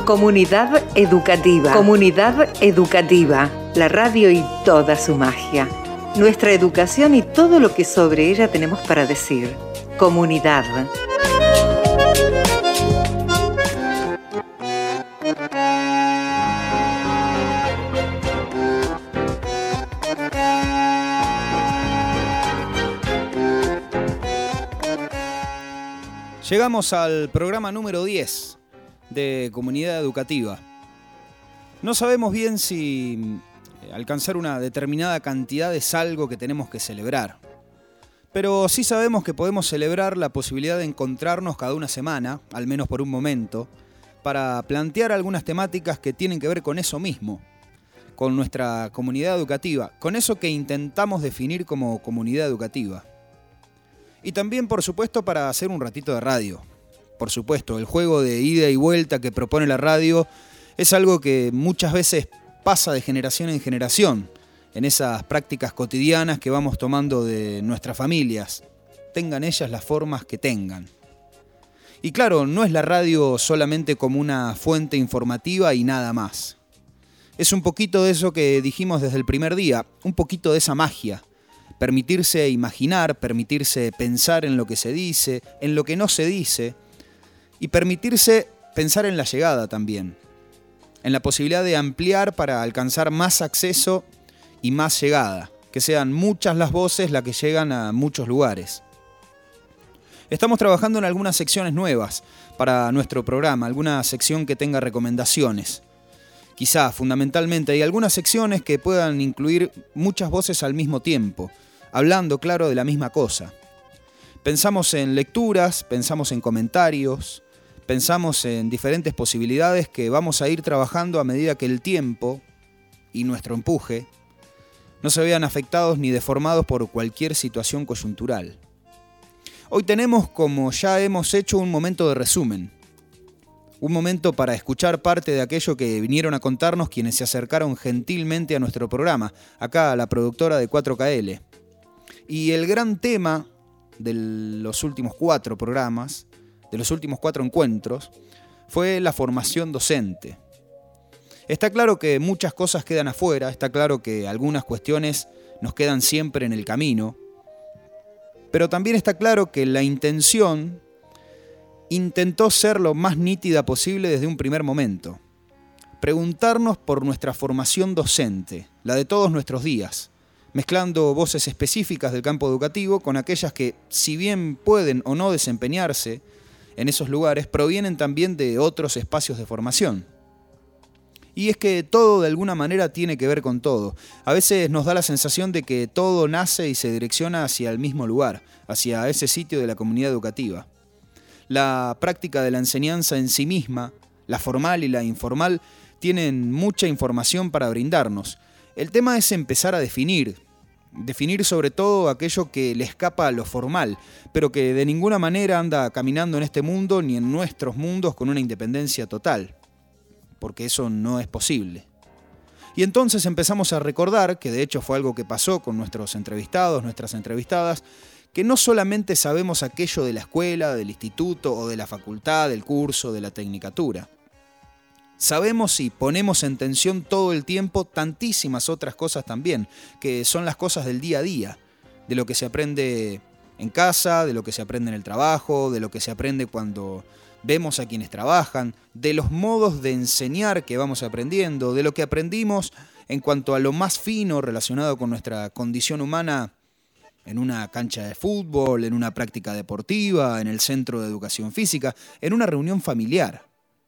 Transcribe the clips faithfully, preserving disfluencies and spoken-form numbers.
Comunidad Educativa. Comunidad Educativa. La radio y toda su magia. Nuestra educación y todo lo que sobre ella tenemos para decir. Comunidad. Llegamos al programa número diez de Comunidad Educativa. No sabemos bien si alcanzar una determinada cantidad es algo que tenemos que celebrar. Pero sí sabemos que podemos celebrar la posibilidad de encontrarnos cada una semana, al menos por un momento, para plantear algunas temáticas que tienen que ver con eso mismo, con nuestra comunidad educativa, con eso que intentamos definir como comunidad educativa. Y también, por supuesto, para hacer un ratito de radio. Por supuesto, el juego de ida y vuelta que propone la radio es algo que muchas veces pasa de generación en generación, en esas prácticas cotidianas que vamos tomando de nuestras familias, tengan ellas las formas que tengan. Y claro, no es la radio solamente como una fuente informativa y nada más. Es un poquito de eso que dijimos desde el primer día, un poquito de esa magia. Permitirse imaginar, permitirse pensar en lo que se dice, en lo que no se dice, y permitirse pensar en la llegada también, en la posibilidad de ampliar para alcanzar más acceso y más llegada, que sean muchas las voces las que llegan a muchos lugares. Estamos trabajando en algunas secciones nuevas para nuestro programa, alguna sección que tenga recomendaciones. Quizá, fundamentalmente, hay algunas secciones que puedan incluir muchas voces al mismo tiempo, hablando, claro, de la misma cosa. Pensamos en lecturas, pensamos en comentarios, pensamos en diferentes posibilidades que vamos a ir trabajando a medida que el tiempo y nuestro empuje no se vean afectados ni deformados por cualquier situación coyuntural. Hoy tenemos, como ya hemos hecho, un momento de resumen. Un momento para escuchar parte de aquello que vinieron a contarnos quienes se acercaron gentilmente a nuestro programa, acá a la productora de cuatro K L. Y el gran tema de los últimos cuatro programas, de los últimos cuatro encuentros, fue la formación docente. Está claro que muchas cosas quedan afuera, está claro que algunas cuestiones nos quedan siempre en el camino, pero también está claro que la intención intentó ser lo más nítida posible desde un primer momento. Preguntarnos por nuestra formación docente, la de todos nuestros días, mezclando voces específicas del campo educativo con aquellas que, si bien pueden o no desempeñarse en esos lugares, provienen también de otros espacios de formación. Y es que todo de alguna manera tiene que ver con todo. A veces nos da la sensación de que todo nace y se direcciona hacia el mismo lugar, hacia ese sitio de la comunidad educativa. La práctica de la enseñanza en sí misma, la formal y la informal, tienen mucha información para brindarnos. El tema es empezar a definir, definir sobre todo aquello que le escapa a lo formal, pero que de ninguna manera anda caminando en este mundo ni en nuestros mundos con una independencia total, porque eso no es posible. Y entonces empezamos a recordar, que de hecho fue algo que pasó con nuestros entrevistados, nuestras entrevistadas, que no solamente sabemos aquello de la escuela, del instituto o de la facultad, del curso, de la tecnicatura. Sabemos y ponemos en tensión todo el tiempo tantísimas otras cosas también, que son las cosas del día a día, de lo que se aprende en casa, de lo que se aprende en el trabajo, de lo que se aprende cuando vemos a quienes trabajan, de los modos de enseñar que vamos aprendiendo, de lo que aprendimos en cuanto a lo más fino relacionado con nuestra condición humana en una cancha de fútbol, en una práctica deportiva, en el centro de educación física, en una reunión familiar.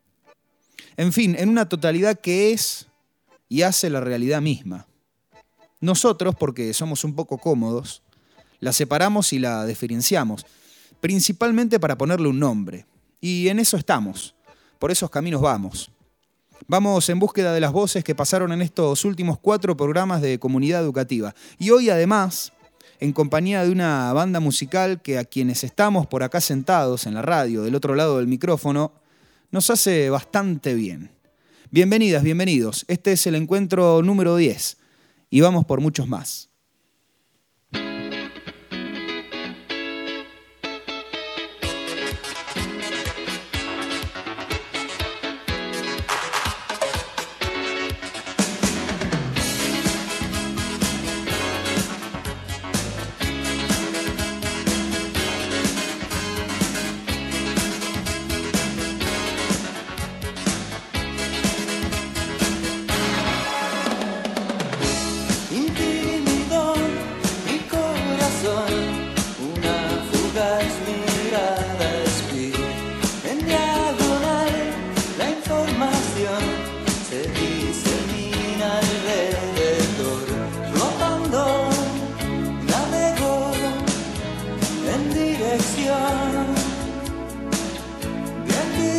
En fin, en una totalidad que es y hace la realidad misma. Nosotros, porque somos un poco cómodos, la separamos y la diferenciamos, principalmente para ponerle un nombre. Y en eso estamos, por esos caminos vamos. Vamos en búsqueda de las voces que pasaron en estos últimos cuatro programas de Comunidad Educativa. Y hoy además, en compañía de una banda musical que a quienes estamos por acá sentados en la radio, del otro lado del micrófono, nos hace bastante bien. Bienvenidas, bienvenidos. Este es el encuentro número diez y vamos por muchos más.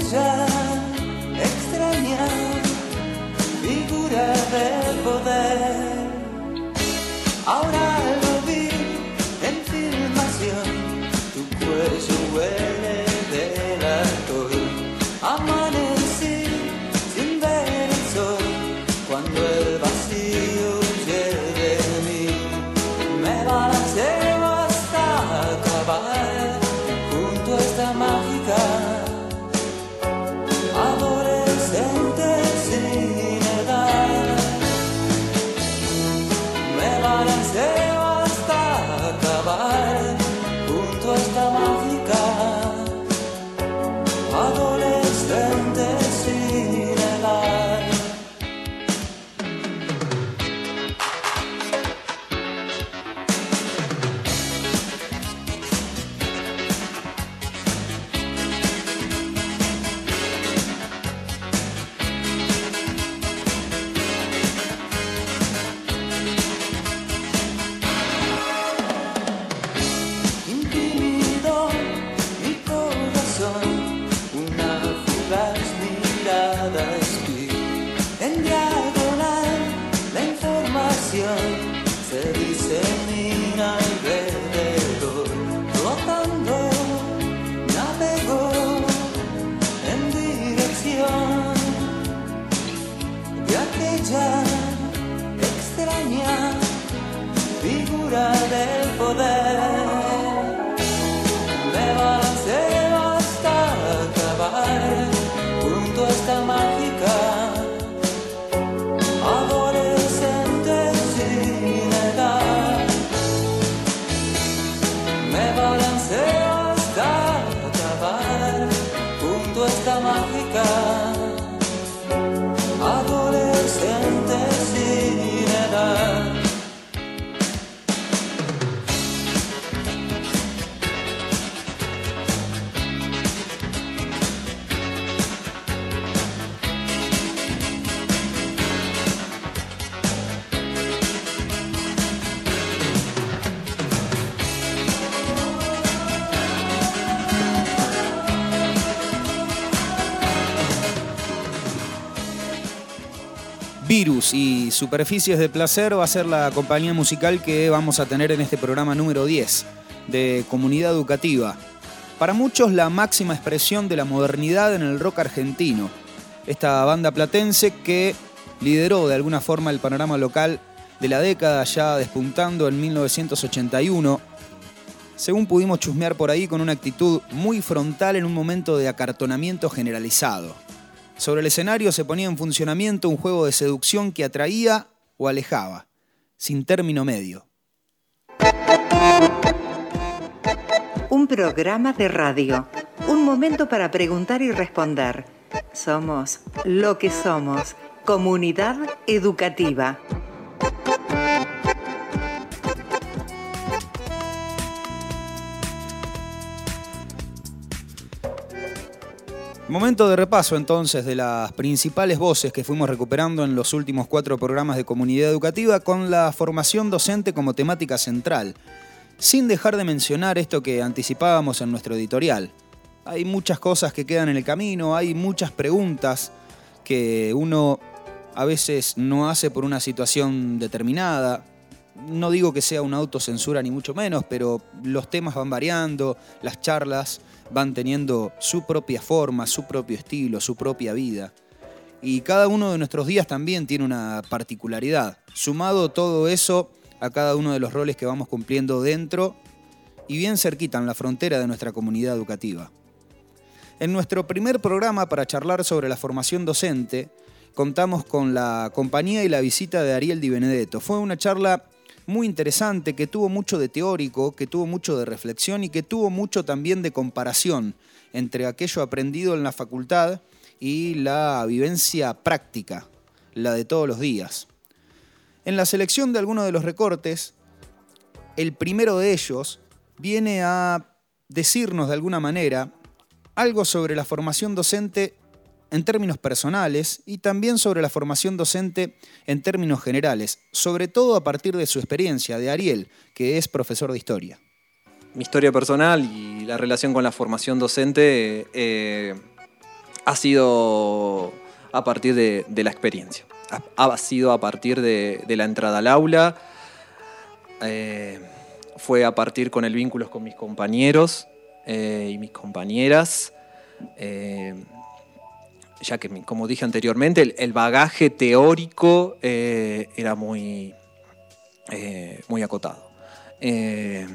aquella extraña figura de poder. Ahora lo vi en filmación, tu cuello huele del alcohol. Amanecí sin ver el sol, cuando el vacío llegue de mí. Me balanceo hasta acabar junto a esta mágica adolescente sin edad. Me balanceo hasta acabar junto a esta mágica adolescente sin edad. Intimidó mi corazón una fugaz mirada espía. En diagonal la información se disemina alrededor. Flotando navegó en dirección de aquella extraña figura del poder. Me balanceo hasta acabar junto a esta mágica adolescente sin edad. Me balanceo hasta acabar junto a esta mágica adolescente sin edad. Virus y Superficies de Placer va a ser la compañía musical que vamos a tener en este programa número diez de Comunidad Educativa. Para muchos la máxima expresión de la modernidad en el rock argentino. Esta banda platense que lideró de alguna forma el panorama local de la década, ya despuntando en mil novecientos ochenta y uno, según pudimos chusmear por ahí, con una actitud muy frontal en un momento de acartonamiento generalizado. Sobre el escenario se ponía en funcionamiento un juego de seducción que atraía o alejaba, sin término medio. Un programa de radio, un momento para preguntar y responder. Somos lo que somos, Comunidad Educativa. Momento de repaso entonces de las principales voces que fuimos recuperando en los últimos cuatro programas de Comunidad Educativa, con la formación docente como temática central, sin dejar de mencionar esto que anticipábamos en nuestro editorial. Hay muchas cosas que quedan en el camino, hay muchas preguntas que uno a veces no hace por una situación determinada. No digo que sea una autocensura ni mucho menos, pero los temas van variando, las charlas van teniendo su propia forma, su propio estilo, su propia vida. Y cada uno de nuestros días también tiene una particularidad. Sumado todo eso a cada uno de los roles que vamos cumpliendo dentro y bien cerquita en la frontera de nuestra comunidad educativa. En nuestro primer programa para charlar sobre la formación docente, contamos con la compañía y la visita de Ariel Di Benedetto. Fue una charla muy interesante, que tuvo mucho de teórico, que tuvo mucho de reflexión y que tuvo mucho también de comparación entre aquello aprendido en la facultad y la vivencia práctica, la de todos los días. En la selección de algunos de los recortes, el primero de ellos viene a decirnos de alguna manera algo sobre la formación docente en términos personales y también sobre la formación docente en términos generales, sobre todo a partir de su experiencia, de Ariel, que es profesor de historia. Mi historia personal y la relación con la formación docente eh, ha sido a partir de, de la experiencia. Ha, ha sido a partir de, de la entrada al aula. Eh, fue a partir con el vínculo con mis compañeros eh, y mis compañeras. Eh, ya que, como dije anteriormente, el, el bagaje teórico eh, era muy, eh, muy acotado. Eh,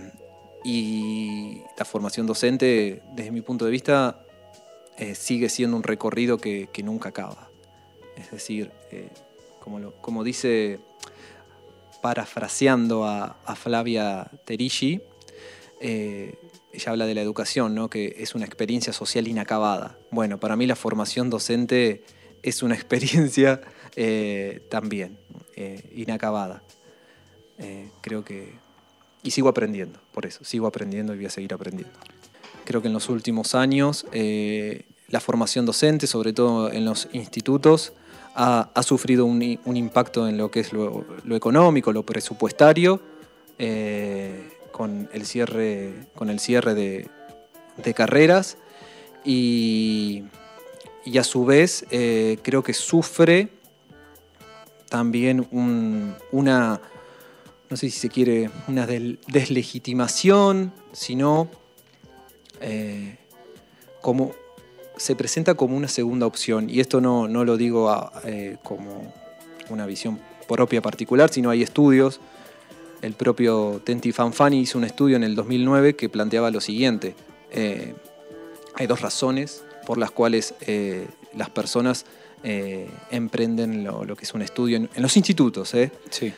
y la formación docente, desde mi punto de vista, eh, sigue siendo un recorrido que, que nunca acaba. Es decir, eh, como, lo, como dice, parafraseando a, a Flavia Terilli, eh, ella habla de la educación, ¿no? Que es una experiencia social inacabada. Bueno, para mí la formación docente es una experiencia eh, también eh, inacabada. Eh, creo que... Y sigo aprendiendo, por eso, sigo aprendiendo y voy a seguir aprendiendo. Creo que en los últimos años eh, la formación docente, sobre todo en los institutos, ha, ha sufrido un, un impacto en lo que es lo, lo económico, lo presupuestario, eh, con el cierre, con el cierre de, de carreras y, y a su vez eh, creo que sufre también un, una, no sé si se quiere, una del, deslegitimación, sino eh, como se presenta como una segunda opción. Y esto no, no lo digo a, eh, como una visión propia particular, sino hay estudios. El propio Tenti Fanfani hizo un estudio en el dos mil nueve que planteaba lo siguiente. Eh, hay dos razones por las cuales eh, las personas eh, emprenden lo, lo que es un estudio en, en los institutos. ¿eh? Sí.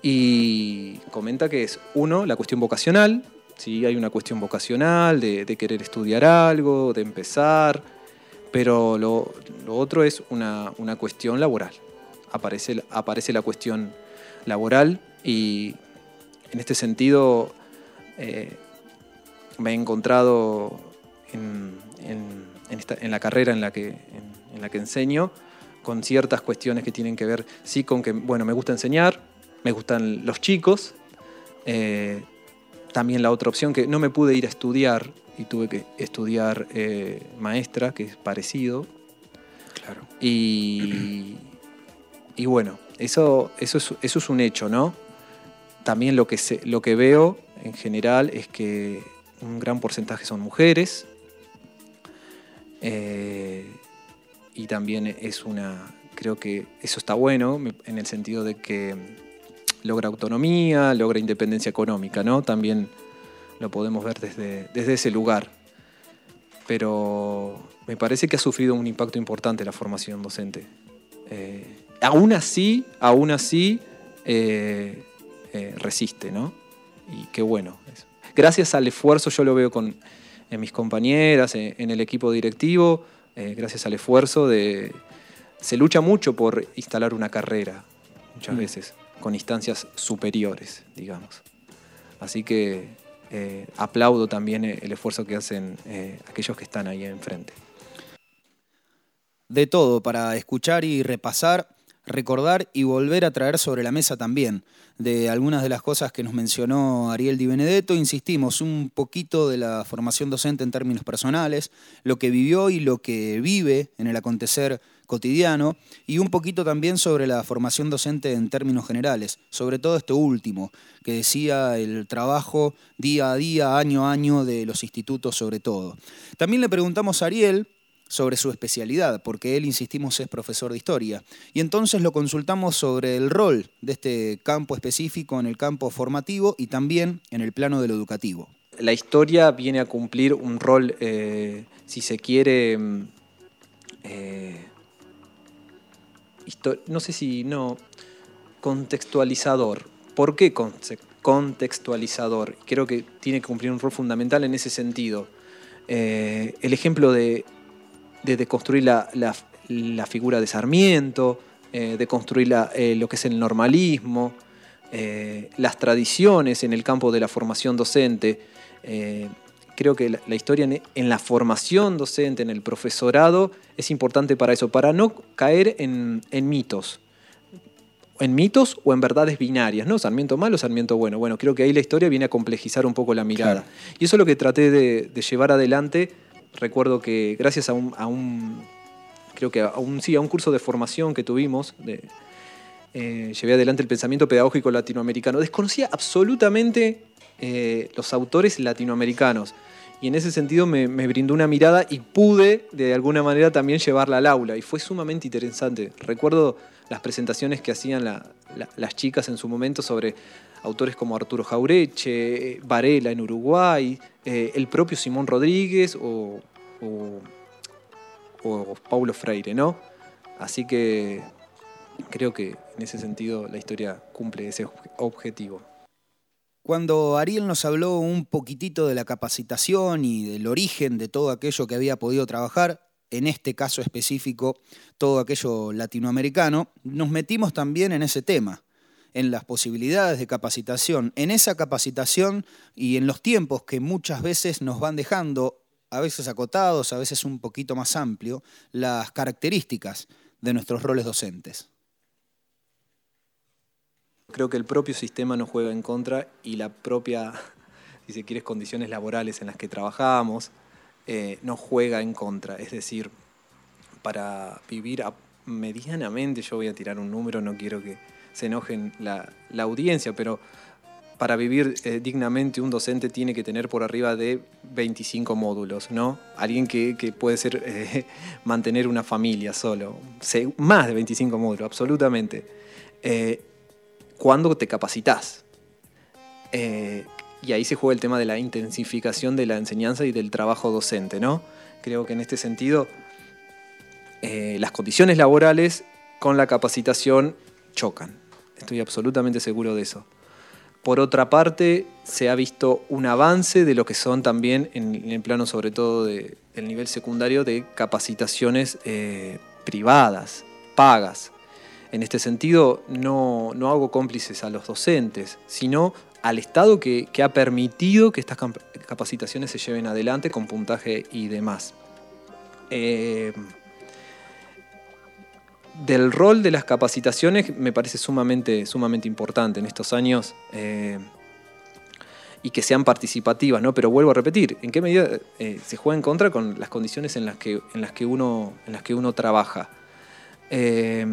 Y comenta que es, uno, la cuestión vocacional. ¿sí? Hay una cuestión vocacional de, de querer estudiar algo, de empezar. Pero lo, lo otro es una, una cuestión laboral. Aparece, aparece la cuestión laboral y... En este sentido, eh, me he encontrado en, en, en, esta, en la carrera en la, que, en, en la que enseño con ciertas cuestiones que tienen que ver, sí, con que, bueno, me gusta enseñar, me gustan los chicos, eh, también la otra opción que no me pude ir a estudiar y tuve que estudiar eh, maestra, que es parecido. Claro. Y, y bueno, eso, eso, es, eso es un hecho, ¿no? También lo que, se, lo que veo en general es que un gran porcentaje son mujeres eh, y también es una, creo que eso está bueno en el sentido de que logra autonomía, logra independencia económica, ¿no? También lo podemos ver desde, desde ese lugar. Pero me parece que ha sufrido un impacto importante la formación docente. Eh, aún así, aún así... Eh, Eh, resiste, ¿no? Y qué bueno eso. Gracias al esfuerzo, yo lo veo con, en mis compañeras, en, en el equipo directivo, eh, gracias al esfuerzo de... Se lucha mucho por instalar una carrera, muchas mm. veces, con instancias superiores, digamos. Así que eh, aplaudo también el esfuerzo que hacen eh, aquellos que están ahí enfrente. De todo para escuchar y repasar, recordar y volver a traer sobre la mesa también. De algunas de las cosas que nos mencionó Ariel Di Benedetto, insistimos un poquito de la formación docente en términos personales, lo que vivió y lo que vive en el acontecer cotidiano, y un poquito también sobre la formación docente en términos generales, sobre todo esto último, que decía el trabajo día a día, año a año de los institutos sobre todo. También le preguntamos a Ariel sobre su especialidad, porque él, insistimos, es profesor de historia. Y entonces lo consultamos sobre el rol de este campo específico en el campo formativo y también en el plano de lo educativo. La historia viene a cumplir un rol, eh, si se quiere, eh, no sé si no, contextualizador. ¿Por qué contextualizador? Creo que tiene que cumplir un rol fundamental en ese sentido. Eh, el ejemplo de de deconstruir la, la, la figura de Sarmiento, eh, de construir la, eh, lo que es el normalismo, eh, las tradiciones en el campo de la formación docente. Eh, creo que la, la historia en, en la formación docente, en el profesorado, es importante para eso, para no caer en, en mitos. En mitos o en verdades binarias, ¿no? Sarmiento malo, Sarmiento bueno. Bueno, creo que ahí la historia viene a complejizar un poco la mirada. Claro. Y eso es lo que traté de, de llevar adelante. Recuerdo que gracias a un, a un creo que a un, sí, a un curso de formación que tuvimos, de, eh, llevé adelante el pensamiento pedagógico latinoamericano. Desconocía absolutamente eh, los autores latinoamericanos. Y en ese sentido me, me brindó una mirada y pude de alguna manera también llevarla al aula. Y fue sumamente interesante. Recuerdo las presentaciones que hacían la, la, las chicas en su momento sobre autores como Arturo Jaureche, Varela en Uruguay, eh, el propio Simón Rodríguez o, o, o Paulo Freire, ¿no? Así que creo que en ese sentido la historia cumple ese objetivo. Cuando Ariel nos habló un poquitito de la capacitación y del origen de todo aquello que había podido trabajar, en este caso específico, todo aquello latinoamericano, nos metimos también en ese tema, en las posibilidades de capacitación, en esa capacitación y en los tiempos que muchas veces nos van dejando, a veces acotados, a veces un poquito más amplio, las características de nuestros roles docentes. Creo que el propio sistema nos juega en contra y la propia, si se quiere, condiciones laborales en las que trabajamos eh, nos juega en contra. Es decir, para vivir a, medianamente, yo voy a tirar un número, no quiero que se enojen la, la audiencia, pero para vivir eh, dignamente un docente tiene que tener por arriba de veinticinco módulos, ¿no? Alguien que, que puede ser eh, mantener una familia solo, más de veinticinco módulos, absolutamente. Eh, ¿Cuándo te capacitas? Eh, y ahí se juega el tema de la intensificación de la enseñanza y del trabajo docente, ¿no? Creo que en este sentido eh, las condiciones laborales con la capacitación chocan. Estoy absolutamente seguro de eso. Por otra parte, se ha visto un avance de lo que son también, en, en el plano sobre todo de, del nivel secundario, de capacitaciones eh, privadas, pagas. En este sentido, no, no hago cómplices a los docentes, sino al Estado que, que ha permitido que estas capacitaciones se lleven adelante con puntaje y demás. Eh, del rol de las capacitaciones me parece sumamente, sumamente importante en estos años eh, y que sean participativas, ¿no? Pero vuelvo a repetir, ¿en qué medida eh, se juega en contra con las condiciones en las que, en las que, uno, en las que uno trabaja? Eh,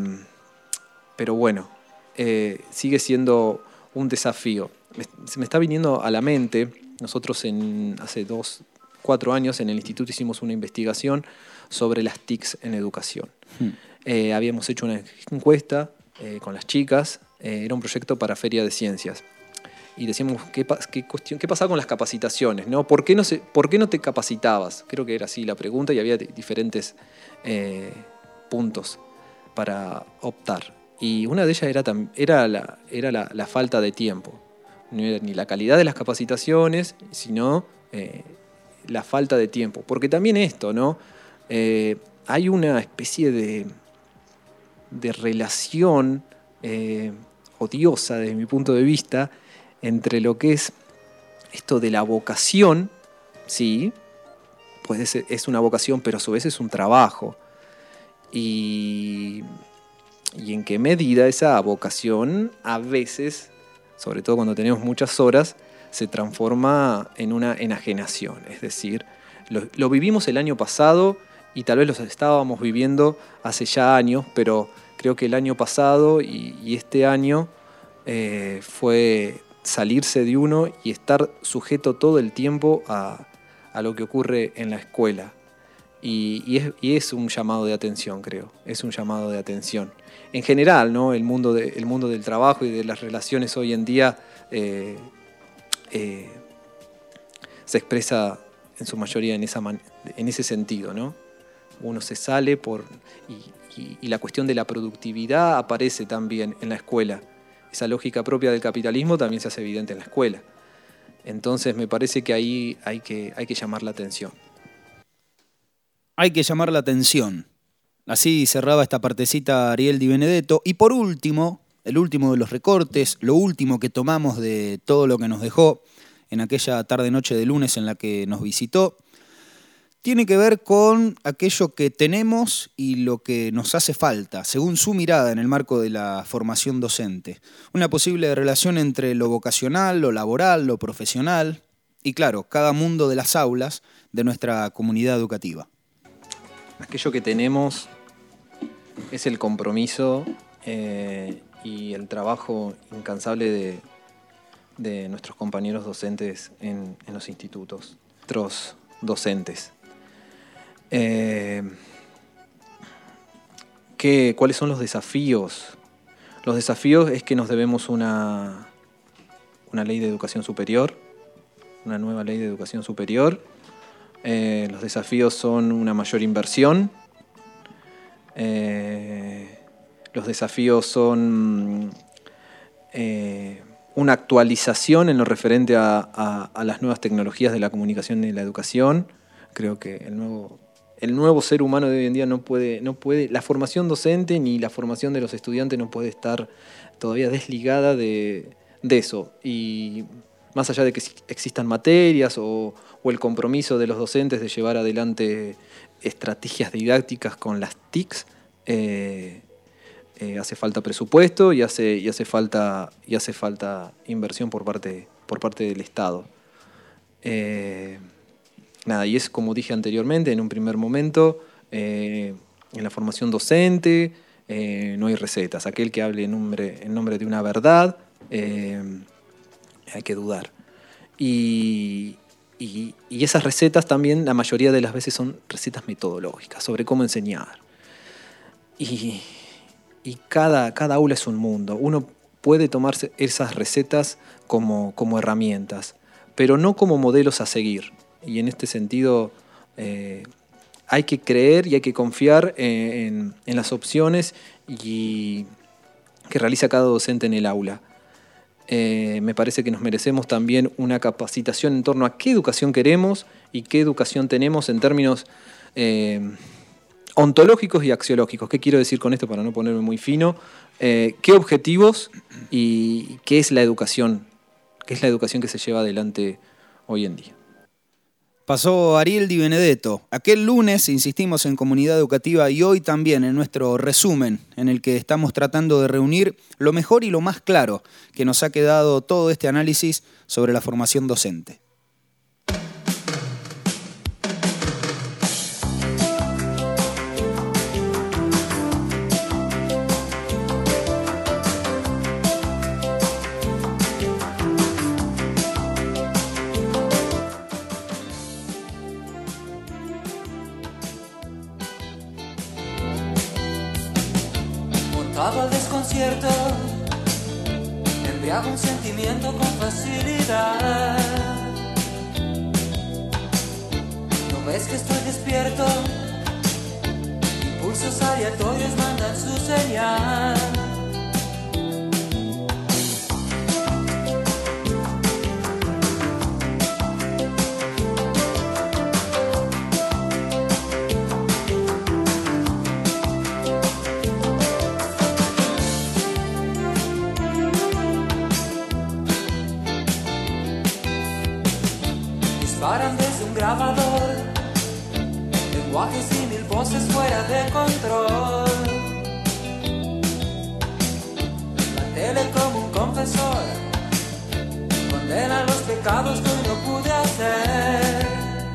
Pero bueno, eh, sigue siendo un desafío. Me, se me está viniendo a la mente, nosotros en, hace dos, cuatro años en el instituto hicimos una investigación sobre las T I Cs en educación. Hmm. Eh, habíamos hecho una encuesta eh, con las chicas, eh, era un proyecto para Feria de Ciencias. Y decíamos, ¿qué, qué, cuestión, qué pasaba con las capacitaciones? ¿No? ¿Por qué no se, ¿Por qué no te capacitabas? Creo que era así la pregunta y había diferentes eh, puntos para optar. Y una de ellas era, era, la, era la, la falta de tiempo. No era ni la calidad de las capacitaciones, sino eh, la falta de tiempo. Porque también esto, ¿no? Eh, hay una especie de, de relación eh, odiosa, desde mi punto de vista, entre lo que es esto de la vocación, sí, pues es, es una vocación, pero a su vez es un trabajo. Y... y en qué medida esa vocación a veces, sobre todo cuando tenemos muchas horas, se transforma en una enajenación. Es decir, lo, lo vivimos el año pasado y tal vez lo estábamos viviendo hace ya años, pero creo que el año pasado y, y este año eh, fue salirse de uno y estar sujeto todo el tiempo a, a lo que ocurre en la escuela. Y, y, es, y es un llamado de atención, creo. Es un llamado de atención. En general, ¿no? El mundo, de, el mundo del trabajo y de las relaciones hoy en día eh, eh, se expresa en su mayoría en, esa man, en ese sentido, ¿no? Uno se sale por... Y, y, y la cuestión de la productividad aparece también en la escuela. Esa lógica propia del capitalismo también se hace evidente en la escuela. Entonces me parece que ahí hay que, hay que llamar la atención. Hay que llamar la atención. Así cerraba esta partecita Ariel Di Benedetto. Y por último, el último de los recortes, lo último que tomamos de todo lo que nos dejó en aquella tarde-noche de lunes en la que nos visitó, tiene que ver con aquello que tenemos y lo que nos hace falta, según su mirada en el marco de la formación docente. Una posible relación entre lo vocacional, lo laboral, lo profesional y, claro, cada mundo de las aulas de nuestra comunidad educativa. aquello que tenemos es el compromiso eh, y el trabajo incansable de, de nuestros compañeros docentes en, en los institutos, nuestros docentes. Eh, ¿qué, ¿Cuáles son los desafíos? Los desafíos es que nos debemos una, una ley de educación superior, una nueva ley de educación superior. Eh, los desafíos son una mayor inversión. Eh, los desafíos son eh, una actualización en lo referente a, a, a las nuevas tecnologías de la comunicación y la educación. Creo que el nuevo, el nuevo ser humano de hoy en día no puede, no puede, la formación docente ni la formación de los estudiantes no puede estar todavía desligada de, de eso. Y más allá de que existan materias o, o el compromiso de los docentes de llevar adelante estrategias didácticas con las T I Cs, eh, eh, hace falta presupuesto y hace, y hace falta, y hace falta inversión por parte, por parte del Estado. Eh, nada, y es como dije anteriormente, en un primer momento, eh, en la formación docente eh, no hay recetas. Aquel que hable en nombre, en nombre de una verdad, eh, hay que dudar. Y, y, y esas recetas también, la mayoría de las veces, son recetas metodológicas sobre cómo enseñar. Y, y cada, cada aula es un mundo. Uno puede tomarse esas recetas como, como herramientas, pero no como modelos a seguir. Y en este sentido eh, hay que creer y hay que confiar en, en las opciones y, que realiza cada docente en el aula. Eh, me parece que nos merecemos también una capacitación en torno a qué educación queremos y qué educación tenemos en términos eh, ontológicos y axiológicos. ¿Qué quiero decir con esto para no ponerme muy fino? Eh, ¿Qué objetivos y qué es la educación? ¿Qué es la educación que se lleva adelante hoy en día? Pasó Ariel Di Benedetto. Aquel lunes insistimos en comunidad educativa y hoy también en nuestro resumen, en el que estamos tratando de reunir lo mejor y lo más claro que nos ha quedado todo este análisis sobre la formación docente. Montado al desconcierto, me embriaga un sentimiento con facilidad. ¿No ves que estoy despierto? Impulsos aleatorios mandan su señal. Disparan desde un grabador, lenguajes y mil voces fuera de control. La tele como un confesor condena los pecados que hoy no pude hacer.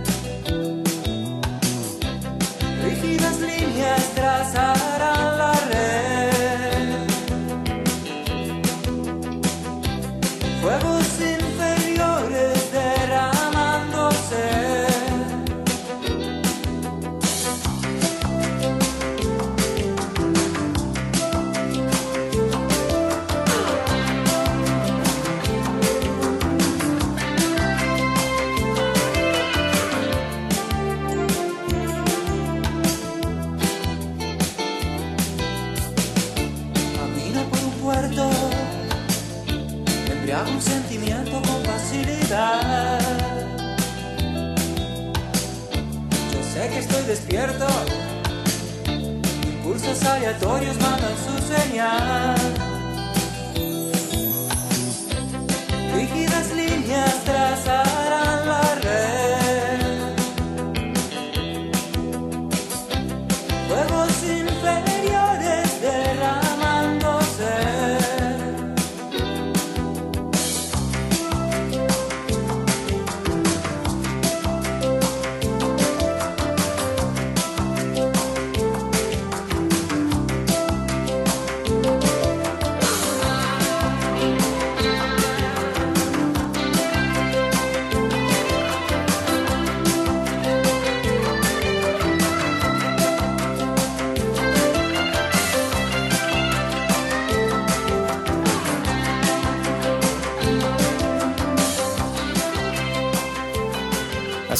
Rígidas líneas trazarán la red, fuegos inferiores derramándose. Un sentimiento con facilidad. Yo sé que estoy despierto, impulsos aleatorios mandan su señal. Rígidas líneas trazarán la red, fuegos inferiores derramándose.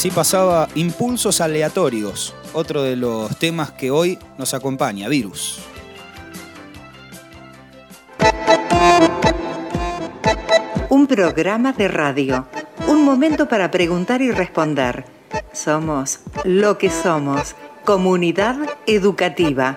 Así pasaba Impulsos Aleatorios, otro de los temas que hoy nos acompaña, Virus. Un programa de radio, un momento para preguntar y responder. Somos lo que somos, Comunidad Educativa.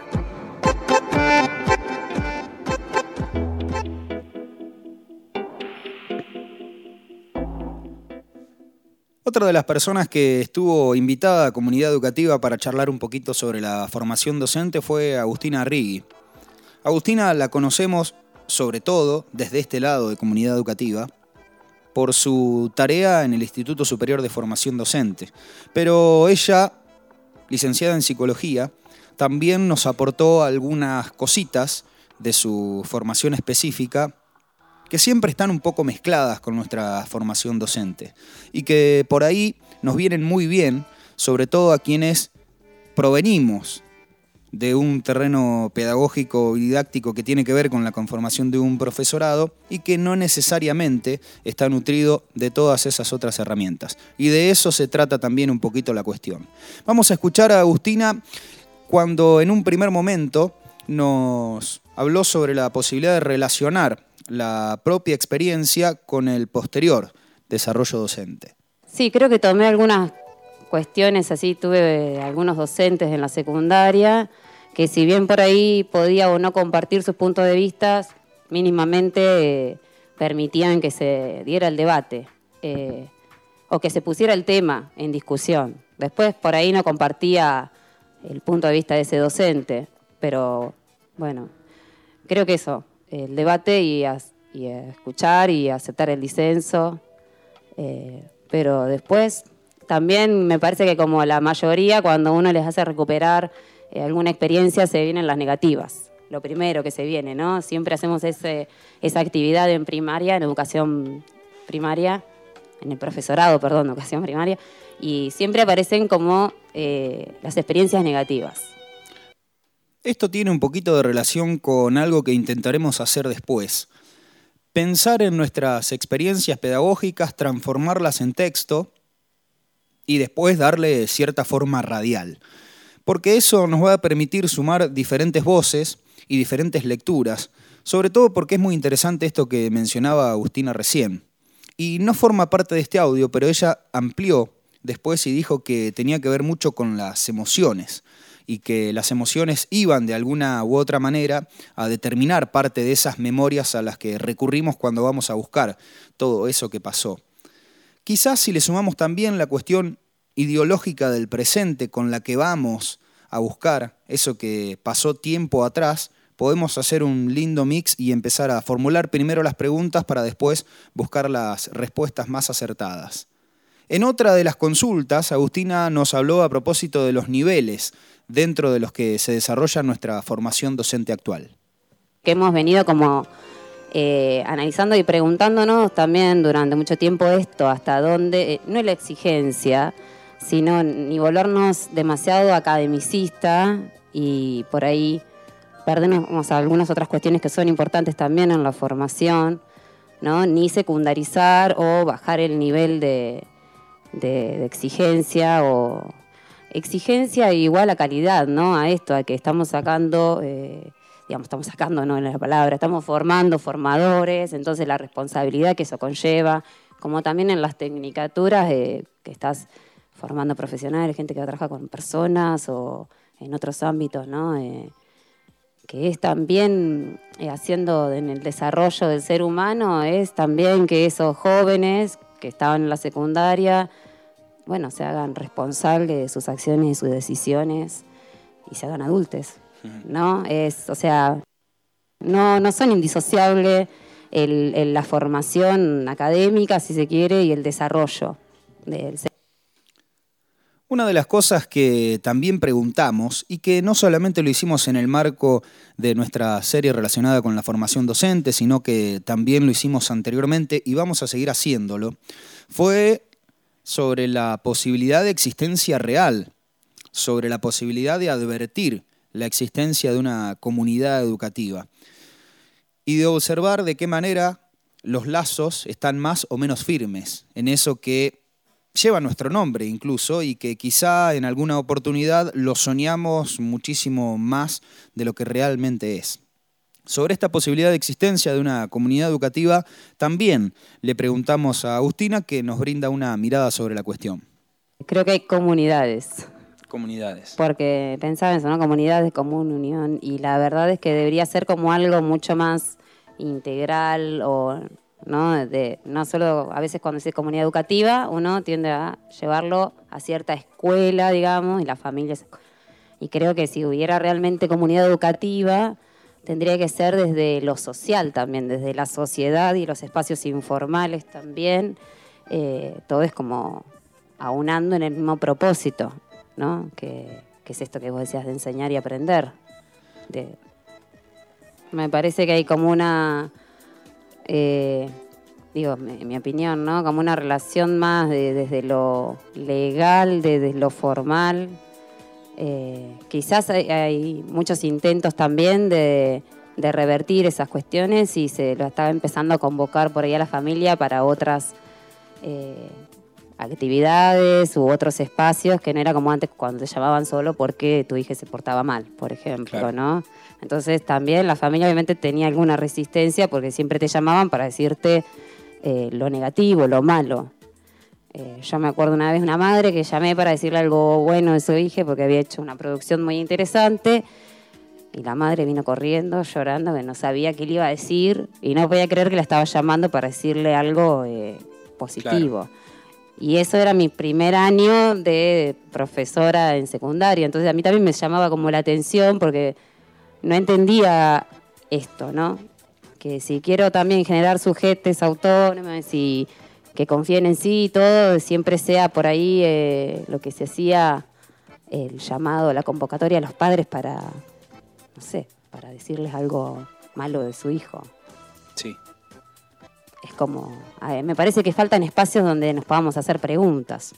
Otra de las personas que estuvo invitada a Comunidad Educativa para charlar un poquito sobre la formación docente fue Agustina Arrigui. Agustina la conocemos sobre todo desde este lado de Comunidad Educativa por su tarea en el Instituto Superior de Formación Docente. Pero ella, licenciada en Psicología, también nos aportó algunas cositas de su formación específica que siempre están un poco mezcladas con nuestra formación docente y que por ahí nos vienen muy bien, sobre todo a quienes provenimos de un terreno pedagógico y didáctico que tiene que ver con la conformación de un profesorado y que no necesariamente está nutrido de todas esas otras herramientas. Y de eso se trata también un poquito la cuestión. Vamos a escuchar a Agustina cuando en un primer momento nos habló sobre la posibilidad de relacionar la propia experiencia con el posterior desarrollo docente. Sí, creo que tomé algunas cuestiones así, tuve algunos docentes en la secundaria que si bien por ahí podía o no compartir sus puntos de vista, mínimamente eh, permitían que se diera el debate eh, o que se pusiera el tema en discusión. Después por ahí no compartía el punto de vista de ese docente, pero bueno, creo que eso, el debate y a, y a escuchar y a aceptar el disenso, eh, pero después también me parece que como la mayoría, cuando uno les hace recuperar eh, alguna experiencia, se vienen las negativas, lo primero que se viene, ¿no? Siempre hacemos ese, esa actividad en primaria, en educación primaria, en el profesorado, perdón, educación primaria, y siempre aparecen como eh, las experiencias negativas. Esto tiene un poquito de relación con algo que intentaremos hacer después. Pensar en nuestras experiencias pedagógicas, transformarlas en texto y después darle cierta forma radial. Porque eso nos va a permitir sumar diferentes voces y diferentes lecturas, sobre todo porque es muy interesante esto que mencionaba Agustina recién. Y no forma parte de este audio, pero ella amplió después y dijo que tenía que ver mucho con las emociones, y que las emociones iban de alguna u otra manera a determinar parte de esas memorias a las que recurrimos cuando vamos a buscar todo eso que pasó. Quizás si le sumamos también la cuestión ideológica del presente con la que vamos a buscar eso que pasó tiempo atrás, podemos hacer un lindo mix y empezar a formular primero las preguntas para después buscar las respuestas más acertadas. En otra de las consultas, Agustina nos habló a propósito de los niveles dentro de los que se desarrolla nuestra formación docente actual. Que hemos venido como eh, analizando y preguntándonos también durante mucho tiempo esto, hasta dónde, eh, no es la exigencia, sino ni volvernos demasiado academicista y por ahí perdernos algunas otras cuestiones que son importantes también en la formación, ¿no? Ni secundarizar o bajar el nivel de, de, de exigencia o exigencia igual a calidad, ¿no? A esto, a que estamos sacando, eh, digamos, estamos sacando, no en la palabra, estamos formando formadores, entonces la responsabilidad que eso conlleva, como también en las tecnicaturas eh, que estás formando profesionales, gente que va a trabajar con personas o en otros ámbitos, ¿no? Eh, que es también eh, haciendo en el desarrollo del ser humano, es también que esos jóvenes que estaban en la secundaria, bueno, se hagan responsables de sus acciones y sus decisiones y se hagan adultos, ¿no? Es, o sea, no, no son indisociables el, el, la formación académica, si se quiere, y el desarrollo del ser. Una de las cosas que también preguntamos, y que no solamente lo hicimos en el marco de nuestra serie relacionada con la formación docente, sino que también lo hicimos anteriormente y vamos a seguir haciéndolo, fue sobre la posibilidad de existencia real, sobre la posibilidad de advertir la existencia de una comunidad educativa y de observar de qué manera los lazos están más o menos firmes en eso que lleva nuestro nombre incluso y que quizá en alguna oportunidad lo soñamos muchísimo más de lo que realmente es. Sobre esta posibilidad de existencia de una comunidad educativa, también le preguntamos a Agustina, que nos brinda una mirada sobre la cuestión. Creo que hay comunidades. Comunidades. Porque pensaba en eso, ¿no? Comunidades, común, unión, y la verdad es que debería ser como algo mucho más integral o, ¿no? De, no solo, a veces cuando se dice comunidad educativa, uno tiende a llevarlo a cierta escuela, digamos, y las familias. Y creo que si hubiera realmente comunidad educativa, tendría que ser desde lo social también, desde la sociedad y los espacios informales también. Eh, todo es como aunando en el mismo propósito, ¿no? Que, que es esto que vos decías de enseñar y aprender. De, me parece que hay como una, eh, digo, en mi opinión, ¿no? Como una relación más de, desde lo legal, de, desde lo formal. Eh, quizás hay, hay muchos intentos también de, de revertir esas cuestiones y se lo estaba empezando a convocar por ahí a la familia para otras eh, actividades u otros espacios que no era como antes cuando te llamaban solo porque tu hija se portaba mal, por ejemplo, claro. ¿No? Entonces también la familia obviamente tenía alguna resistencia porque siempre te llamaban para decirte eh, lo negativo, lo malo. Eh, yo me acuerdo una vez una madre que llamé para decirle algo bueno de su hija porque había hecho una producción muy interesante y la madre vino corriendo, llorando, que no sabía qué le iba a decir y no podía creer que la estaba llamando para decirle algo eh, positivo. Claro. Y eso era mi primer año de profesora en secundaria, entonces a mí también me llamaba como la atención porque no entendía esto, ¿no? Que si quiero también generar sujetos autónomos y que confíen en sí y todo, siempre sea por ahí eh, lo que se hacía el llamado, la convocatoria a los padres para, no sé, para decirles algo malo de su hijo. Sí. Es como, a ver, me parece que faltan espacios donde nos podamos hacer preguntas.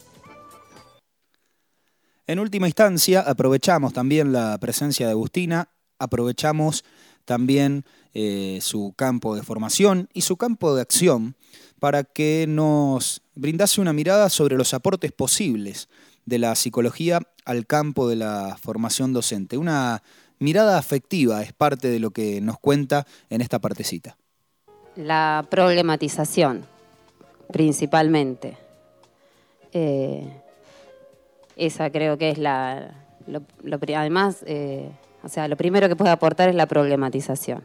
En última instancia, aprovechamos también la presencia de Agustina, aprovechamos también eh, su campo de formación y su campo de acción para que nos brindase una mirada sobre los aportes posibles de la psicología al campo de la formación docente. Una mirada afectiva es parte de lo que nos cuenta en esta partecita. La problematización, principalmente. Eh, esa creo que es la... Lo, lo, además, eh, o sea, lo primero que puede aportar es la problematización.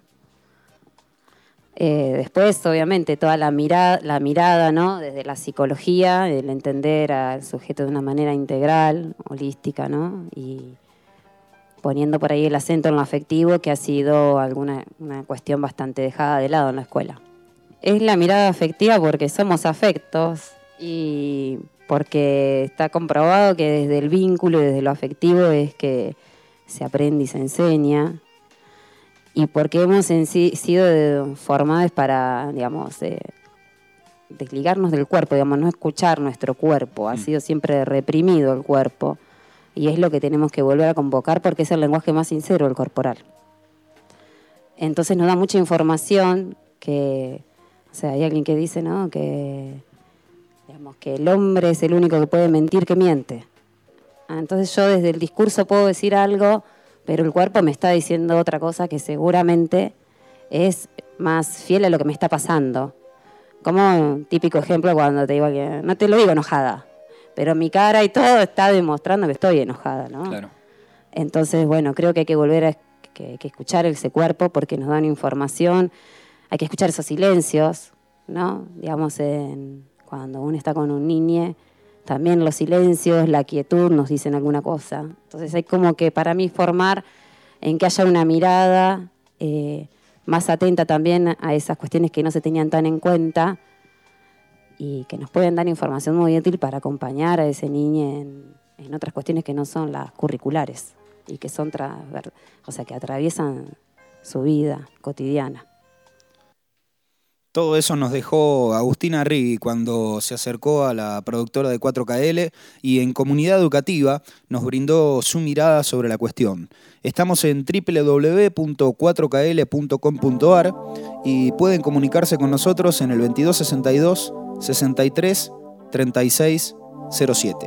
Eh, después, obviamente, toda la mirada, la mirada, ¿no? Desde la psicología, el entender al sujeto de una manera integral, holística, ¿no? Y poniendo por ahí el acento en lo afectivo, que ha sido alguna una cuestión bastante dejada de lado en la escuela. Es la mirada afectiva porque somos afectos y porque está comprobado que desde el vínculo y desde lo afectivo es que se aprende y se enseña. Y porque hemos en sí, sido formados para, digamos, eh, desligarnos del cuerpo, digamos, no escuchar nuestro cuerpo. Ha sido siempre reprimido el cuerpo. Y es lo que tenemos que volver a convocar porque es el lenguaje más sincero, el corporal. Entonces nos da mucha información que, o sea, hay alguien que dice, ¿no?, que, digamos, que el hombre es el único que puede mentir que miente. Entonces yo desde el discurso puedo decir algo, pero el cuerpo me está diciendo otra cosa que seguramente es más fiel a lo que me está pasando. Como típico ejemplo cuando te digo que no te lo digo enojada, pero mi cara y todo está demostrando que estoy enojada, ¿no? Claro. Entonces, bueno, creo que hay que volver a que, que escuchar ese cuerpo porque nos dan información. Hay que escuchar esos silencios, ¿no? Digamos, en, cuando uno está con un niño, también los silencios, la quietud nos dicen alguna cosa. Entonces hay como que para mí formar en que haya una mirada eh, más atenta también a esas cuestiones que no se tenían tan en cuenta y que nos pueden dar información muy útil para acompañar a ese niño en, en otras cuestiones que no son las curriculares y que son tra- o sea, que atraviesan su vida cotidiana. Todo eso nos dejó Agustina Rigui cuando se acercó a la productora de cuatro K L y en Comunidad Educativa nos brindó su mirada sobre la cuestión. Estamos en doble u doble u doble u punto cuatro k l punto com punto a r y pueden comunicarse con nosotros en el veintidós sesenta y dos, sesenta y tres, treinta y seis cero siete.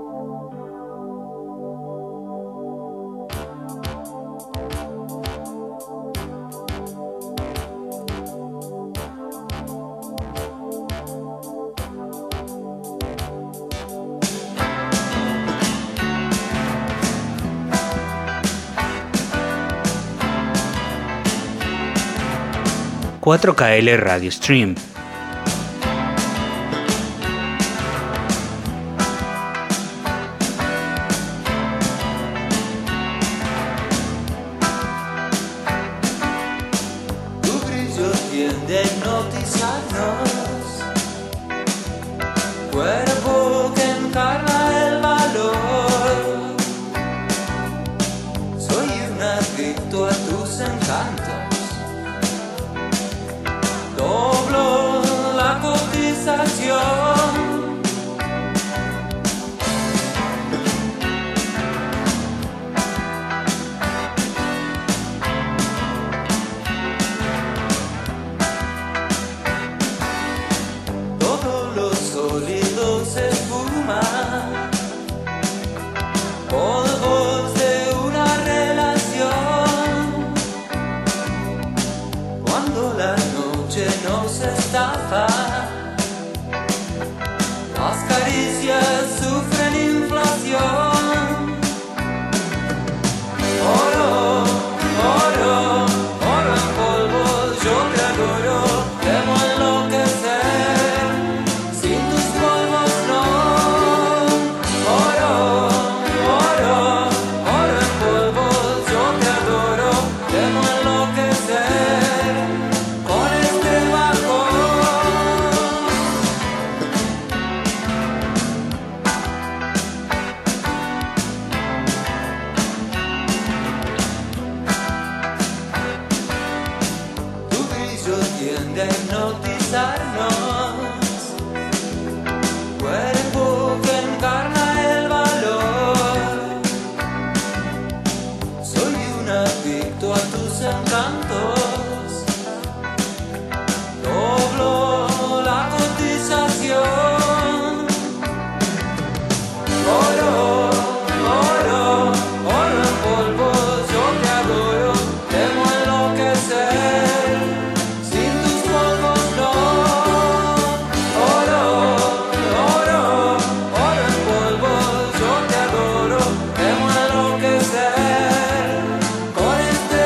cuatro K L Radio Stream. Tu brillo tiende a hipnotizarnos, cuerpo que encarna el valor. Soy un adicto a tus encantos. Doblo la cotización. Todos los sólidos se esfuman, polvos de una relación. Cuando la noche nos estafa, las caricias sufren inflación. Oro, oro, oro en polvo, yo te adoro, temo enloquecer, sin tus polvos no. Oro, oro, oro en polvo, yo te adoro, temo enloquecer con este bajón. Tu brillo tiende a hipnotizarnos, cuerpo que encarna el valor. Soy un adicto a tus encantos, doblo la cotización. Oro, oro, oro en polvo, yo te adoro, temo enloquecer, sin tus polvos no. Oro, oro, oro en polvo, yo te adoro, temo enloquecer con este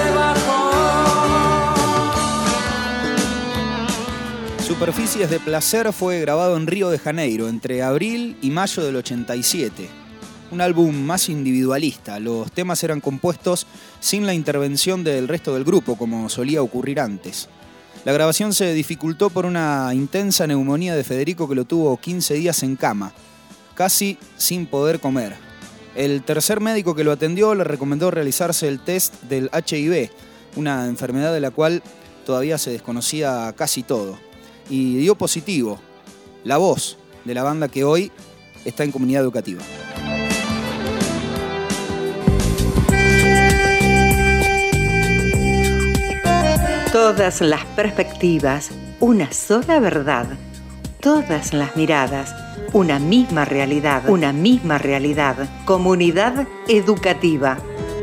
bajón. Superficies de Placer fue grabado en Río de Janeiro entre abril y mayo del ochenta y siete. Un álbum más individualista. Los temas eran compuestos sin la intervención del resto del grupo, como solía ocurrir antes. La grabación se dificultó por una intensa neumonía de Federico, que lo tuvo quince días en cama, casi sin poder comer. El tercer médico que lo atendió le recomendó realizarse el test del H I V, una enfermedad de la cual todavía se desconocía casi todo. Y dio positivo. La voz de la banda que hoy está en Comunidad Educativa. Todas las perspectivas, una sola verdad. Todas las miradas, una misma realidad. Una misma realidad. Comunidad Educativa.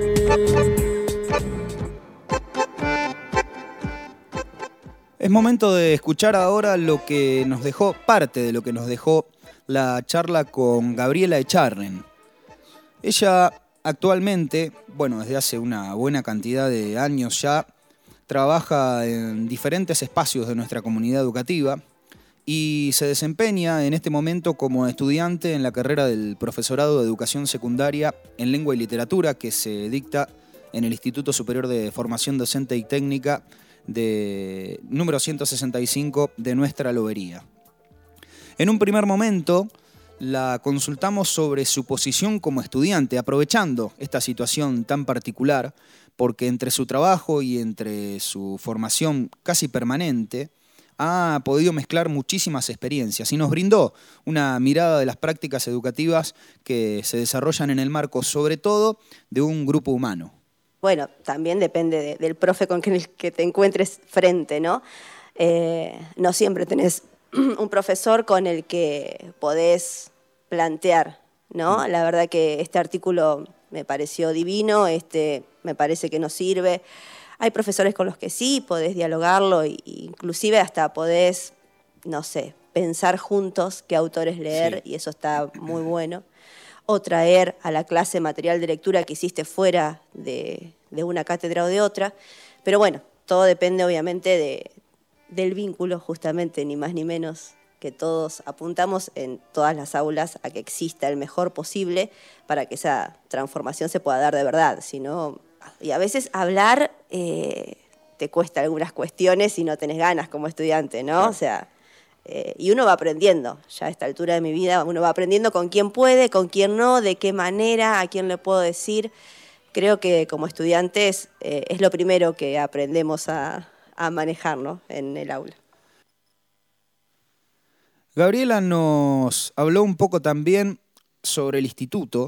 Es momento de escuchar ahora lo que nos dejó, parte de lo que nos dejó la charla con Gabriela Echarren. Ella actualmente, bueno, desde hace una buena cantidad de años ya, trabaja en diferentes espacios de nuestra comunidad educativa y se desempeña en este momento como estudiante en la carrera del profesorado de educación secundaria en lengua y literatura, que se dicta en el Instituto Superior de Formación Docente y Técnica de número ciento sesenta y cinco de nuestra lobería. En un primer momento la consultamos sobre su posición como estudiante, aprovechando esta situación tan particular, porque entre su trabajo y entre su formación casi permanente ha podido mezclar muchísimas experiencias y nos brindó una mirada de las prácticas educativas que se desarrollan en el marco, sobre todo, de un grupo humano. Bueno, también depende de, del profe con el que te encuentres frente, ¿no? Eh, no siempre tenés un profesor con el que podés plantear, ¿no? Mm. La verdad que este artículo me pareció divino, este me parece que nos sirve. Hay profesores con los que sí podés dialogarlo e inclusive hasta podés, no sé, pensar juntos qué autores leer, sí. Y eso está muy bueno. O traer a la clase material de lectura que hiciste fuera de, de una cátedra o de otra. Pero bueno, todo depende obviamente de, del vínculo, justamente, ni más ni menos, que todos apuntamos en todas las aulas a que exista el mejor posible para que esa transformación se pueda dar de verdad. Si no, y a veces hablar eh, te cuesta algunas cuestiones y no tenés ganas como estudiante, ¿no? Claro. O sea... Eh, y uno va aprendiendo, ya a esta altura de mi vida, uno va aprendiendo con quién puede, con quién no, de qué manera, a quién le puedo decir. Creo que como estudiantes eh, es lo primero que aprendemos a, a manejar, ¿no? En el aula. Gabriela nos habló un poco también sobre el instituto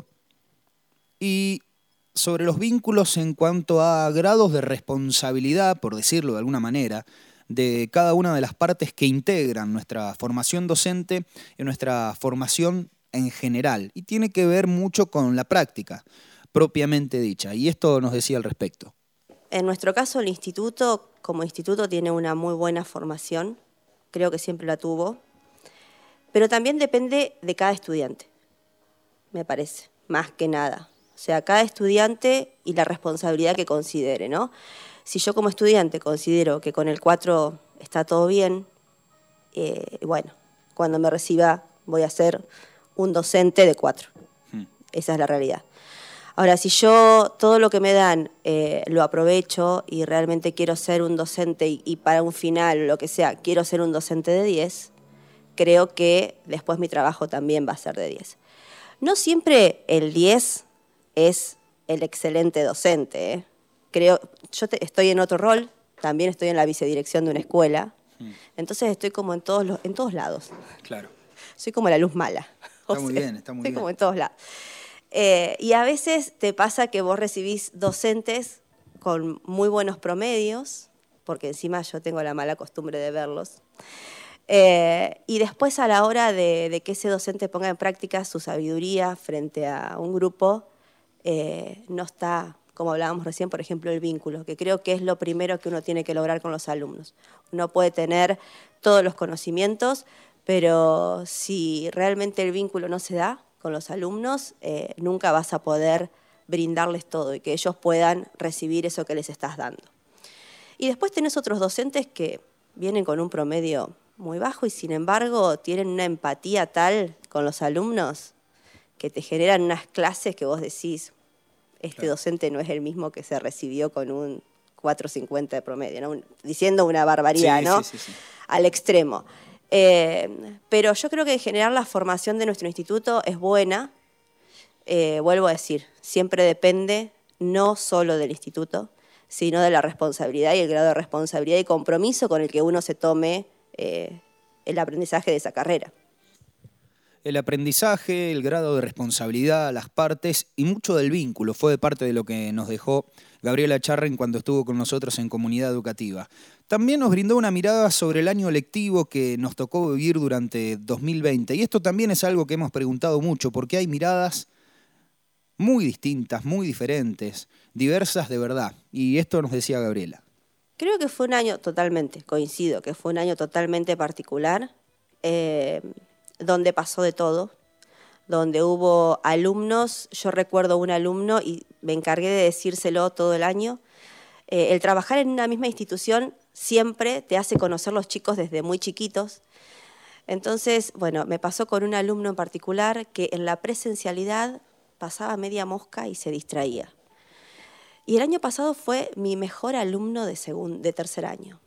y sobre los vínculos en cuanto a grados de responsabilidad, por decirlo de alguna manera, de cada una de las partes que integran nuestra formación docente y nuestra formación en general. Y tiene que ver mucho con la práctica, propiamente dicha. Y esto nos decía al respecto. En nuestro caso, el instituto, como instituto, tiene una muy buena formación. Creo que siempre la tuvo. Pero también depende de cada estudiante, me parece, más que nada. O sea, cada estudiante y la responsabilidad que considere, ¿no? Si yo como estudiante considero que con el cuatro está todo bien, eh, bueno, cuando me reciba voy a ser un docente de cuatro. Hmm. Esa es la realidad. Ahora, si yo todo lo que me dan eh, lo aprovecho y realmente quiero ser un docente y, y para un final, lo que sea, quiero ser un docente de diez, creo que después mi trabajo también va a ser de diez. No siempre el diez es el excelente docente, ¿eh? Creo, yo te, estoy en otro rol, también estoy en la vicedirección de una escuela, mm. entonces estoy como en todos los, en todos lados. Claro. Soy como la luz mala. Está o muy sea, bien, está muy estoy bien. Estoy como en todos lados. Eh, y a veces te pasa que vos recibís docentes con muy buenos promedios, porque encima yo tengo la mala costumbre de verlos, eh, y después a la hora de, de que ese docente ponga en práctica su sabiduría frente a un grupo, eh, no está... como hablábamos recién, por ejemplo, el vínculo, que creo que es lo primero que uno tiene que lograr con los alumnos. Uno puede tener todos los conocimientos, pero si realmente el vínculo no se da con los alumnos, eh, nunca vas a poder brindarles todo y que ellos puedan recibir eso que les estás dando. Y después tenés otros docentes que vienen con un promedio muy bajo y sin embargo tienen una empatía tal con los alumnos que te generan unas clases que vos decís, este claro. docente no es el mismo que se recibió con un cuatro cincuenta de promedio, ¿no? Un, diciendo una barbaridad, sí, ¿no? Sí, sí, sí. Al extremo. Eh, pero yo creo que en general la formación de nuestro instituto es buena. Eh, vuelvo a decir, siempre depende no solo del instituto, sino de la responsabilidad y el grado de responsabilidad y compromiso con el que uno se tome eh, el aprendizaje de esa carrera. El aprendizaje, el grado de responsabilidad, las partes y mucho del vínculo fue de parte de lo que nos dejó Gabriela Charren cuando estuvo con nosotros en Comunidad Educativa. También nos brindó una mirada sobre el año lectivo que nos tocó vivir durante dos mil veinte. Y esto también es algo que hemos preguntado mucho, porque hay miradas muy distintas, muy diferentes, diversas de verdad. Y esto nos decía Gabriela. Creo que fue un año totalmente, coincido, que fue un año totalmente particular. Eh, donde pasó de todo, donde hubo alumnos, yo recuerdo un alumno y me encargué de decírselo todo el año, eh, el trabajar en una misma institución siempre te hace conocer los chicos desde muy chiquitos. Entonces, bueno, me pasó con un alumno en particular que en la presencialidad pasaba media mosca y se distraía. Y el año pasado fue mi mejor alumno de, segun- de tercer año.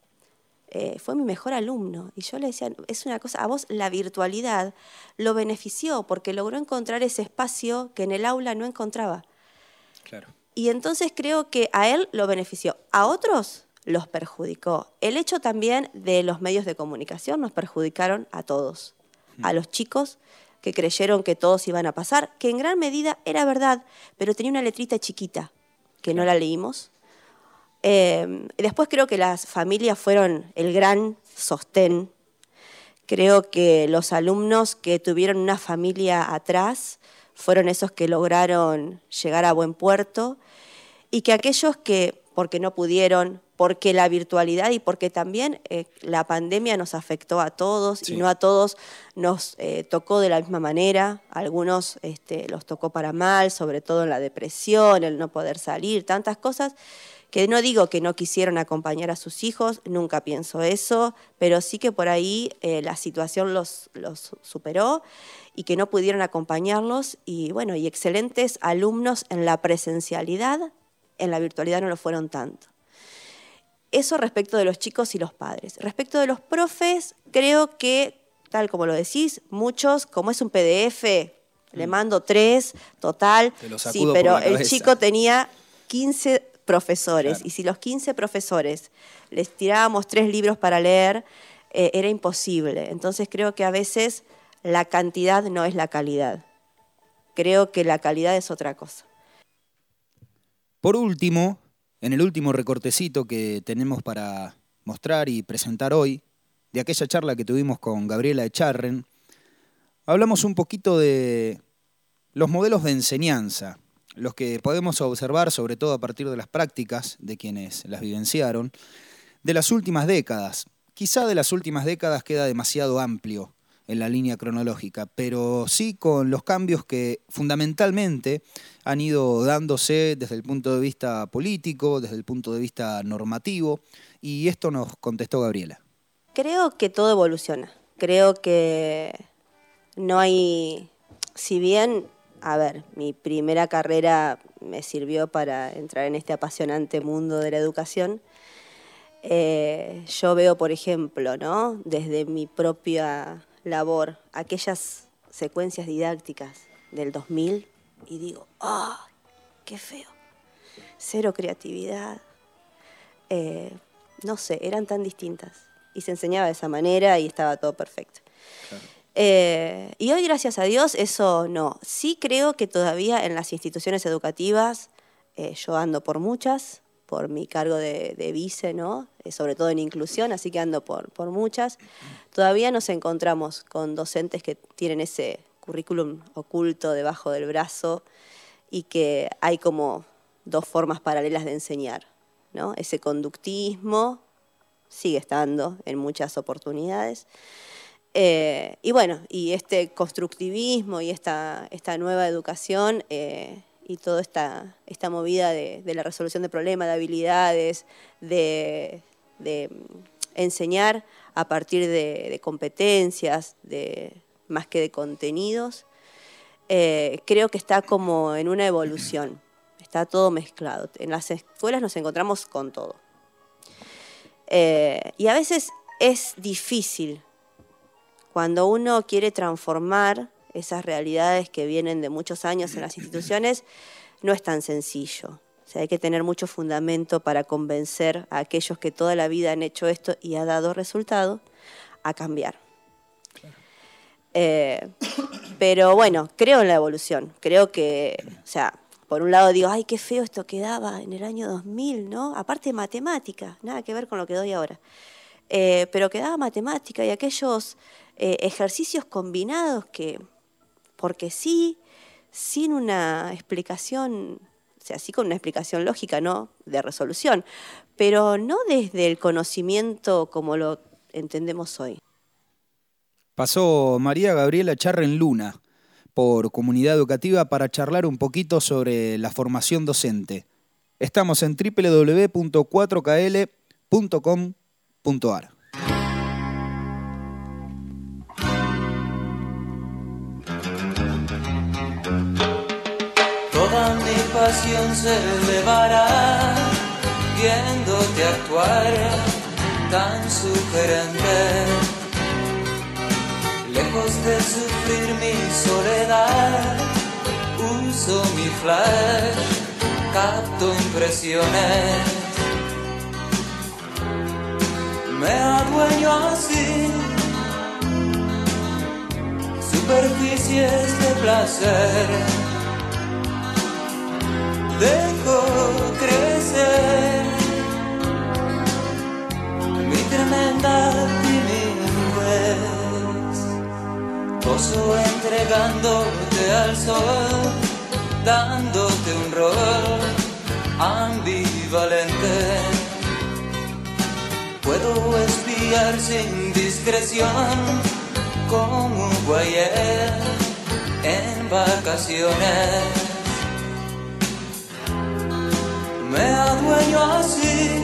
Eh, fue mi mejor alumno y yo le decía, es una cosa, a vos la virtualidad lo benefició porque logró encontrar ese espacio que en el aula no encontraba. Claro. Y entonces creo que a él lo benefició, a otros los perjudicó. El hecho también de los medios de comunicación nos perjudicaron a todos, mm. a los chicos que creyeron que todos iban a pasar, que en gran medida era verdad, pero tenía una letrita chiquita que no la leímos. Eh, después creo que las familias fueron el gran sostén, Creo que los alumnos que tuvieron una familia atrás fueron esos que lograron llegar a buen puerto, y que aquellos que, porque no pudieron, porque la virtualidad y porque también eh, la pandemia nos afectó a todos, sí. y no a todos nos eh, tocó de la misma manera. Algunos este, los tocó para mal, sobre todo en la depresión, el no poder salir, tantas cosas, que no digo que no quisieron acompañar a sus hijos, nunca pienso eso, pero sí que por ahí eh, la situación los, los superó y que no pudieron acompañarlos, y bueno, y excelentes alumnos en la presencialidad, en la virtualidad no lo fueron tanto. Eso respecto de los chicos y los padres. Respecto de los profes, creo que, tal como lo decís, muchos, como es un P D F, mm. le mando tres, total, sí, pero el chico tenía quince profesores, claro. y si los quince profesores les tirábamos tres libros para leer, eh, era imposible. Entonces creo que a veces la cantidad no es la calidad. Creo que la calidad es otra cosa. Por último, en el último recortecito que tenemos para mostrar y presentar hoy, de aquella charla que tuvimos con Gabriela Echarren, hablamos un poquito de los modelos de enseñanza, los que podemos observar, sobre todo a partir de las prácticas de quienes las vivenciaron, de las últimas décadas. Quizá de las últimas décadas queda demasiado amplio en la línea cronológica, pero sí con los cambios que fundamentalmente han ido dándose desde el punto de vista político, desde el punto de vista normativo, y esto nos contestó Gabriela. Creo que todo evoluciona. Creo que no hay, si bien, a ver, mi primera carrera me sirvió para entrar en este apasionante mundo de la educación, eh, yo veo, por ejemplo, ¿no?, desde mi propia labor, aquellas secuencias didácticas del dos mil y digo, ¡ah, oh, qué feo! Cero creatividad. Eh, no sé, eran tan distintas. Y se enseñaba de esa manera y estaba todo perfecto. Claro. Eh, y hoy, gracias a Dios, eso no. Sí creo que todavía en las instituciones educativas, eh, yo ando por muchas, por mi cargo de, de vice, ¿no? Eh, sobre todo en inclusión, así que ando por, por muchas. Todavía nos encontramos con docentes que tienen ese currículum oculto debajo del brazo y que hay como dos formas paralelas de enseñar, ¿no? Ese conductismo sigue estando en muchas oportunidades. Eh, y bueno, y este constructivismo y esta, esta nueva educación eh, y toda esta, esta movida de, de la resolución de problemas, de habilidades, de, de enseñar a partir de, de competencias, de, más que de contenidos, eh, creo que está como en una evolución, está todo mezclado. En las escuelas nos encontramos con todo. Eh, y a veces es difícil cuando uno quiere transformar esas realidades que vienen de muchos años en las instituciones, no es tan sencillo. O sea, hay que tener mucho fundamento para convencer a aquellos que toda la vida han hecho esto y ha dado resultado a cambiar. Claro. Eh, pero bueno, creo en la evolución. Creo que, o sea, por un lado digo, ay, qué feo esto quedaba en el año dos mil, ¿no? Aparte de matemática, nada que ver con lo que doy ahora. Eh, pero quedaba matemática y aquellos eh, ejercicios combinados que, porque sí, sin una explicación, o sea, sí con una explicación lógica, ¿no?, de resolución, pero no desde el conocimiento como lo entendemos hoy. Pasó María Gabriela Echarren Luna por Comunidad Educativa para charlar un poquito sobre la formación docente. Estamos en doble u doble u doble u punto cuatro K L punto com punto a r. Toda mi pasión se elevará viéndote actuar tan sugerente. Lejos de sufrir mi soledad, uso mi flash, capto impresiones. Me adueño así superficies de placer. Dejo crecer mi tremenda timidez. Gozo entregándote al sol, dándote un rol ambivalente. Puedo espiar sin discreción como un guayer en vacaciones. Me adueño así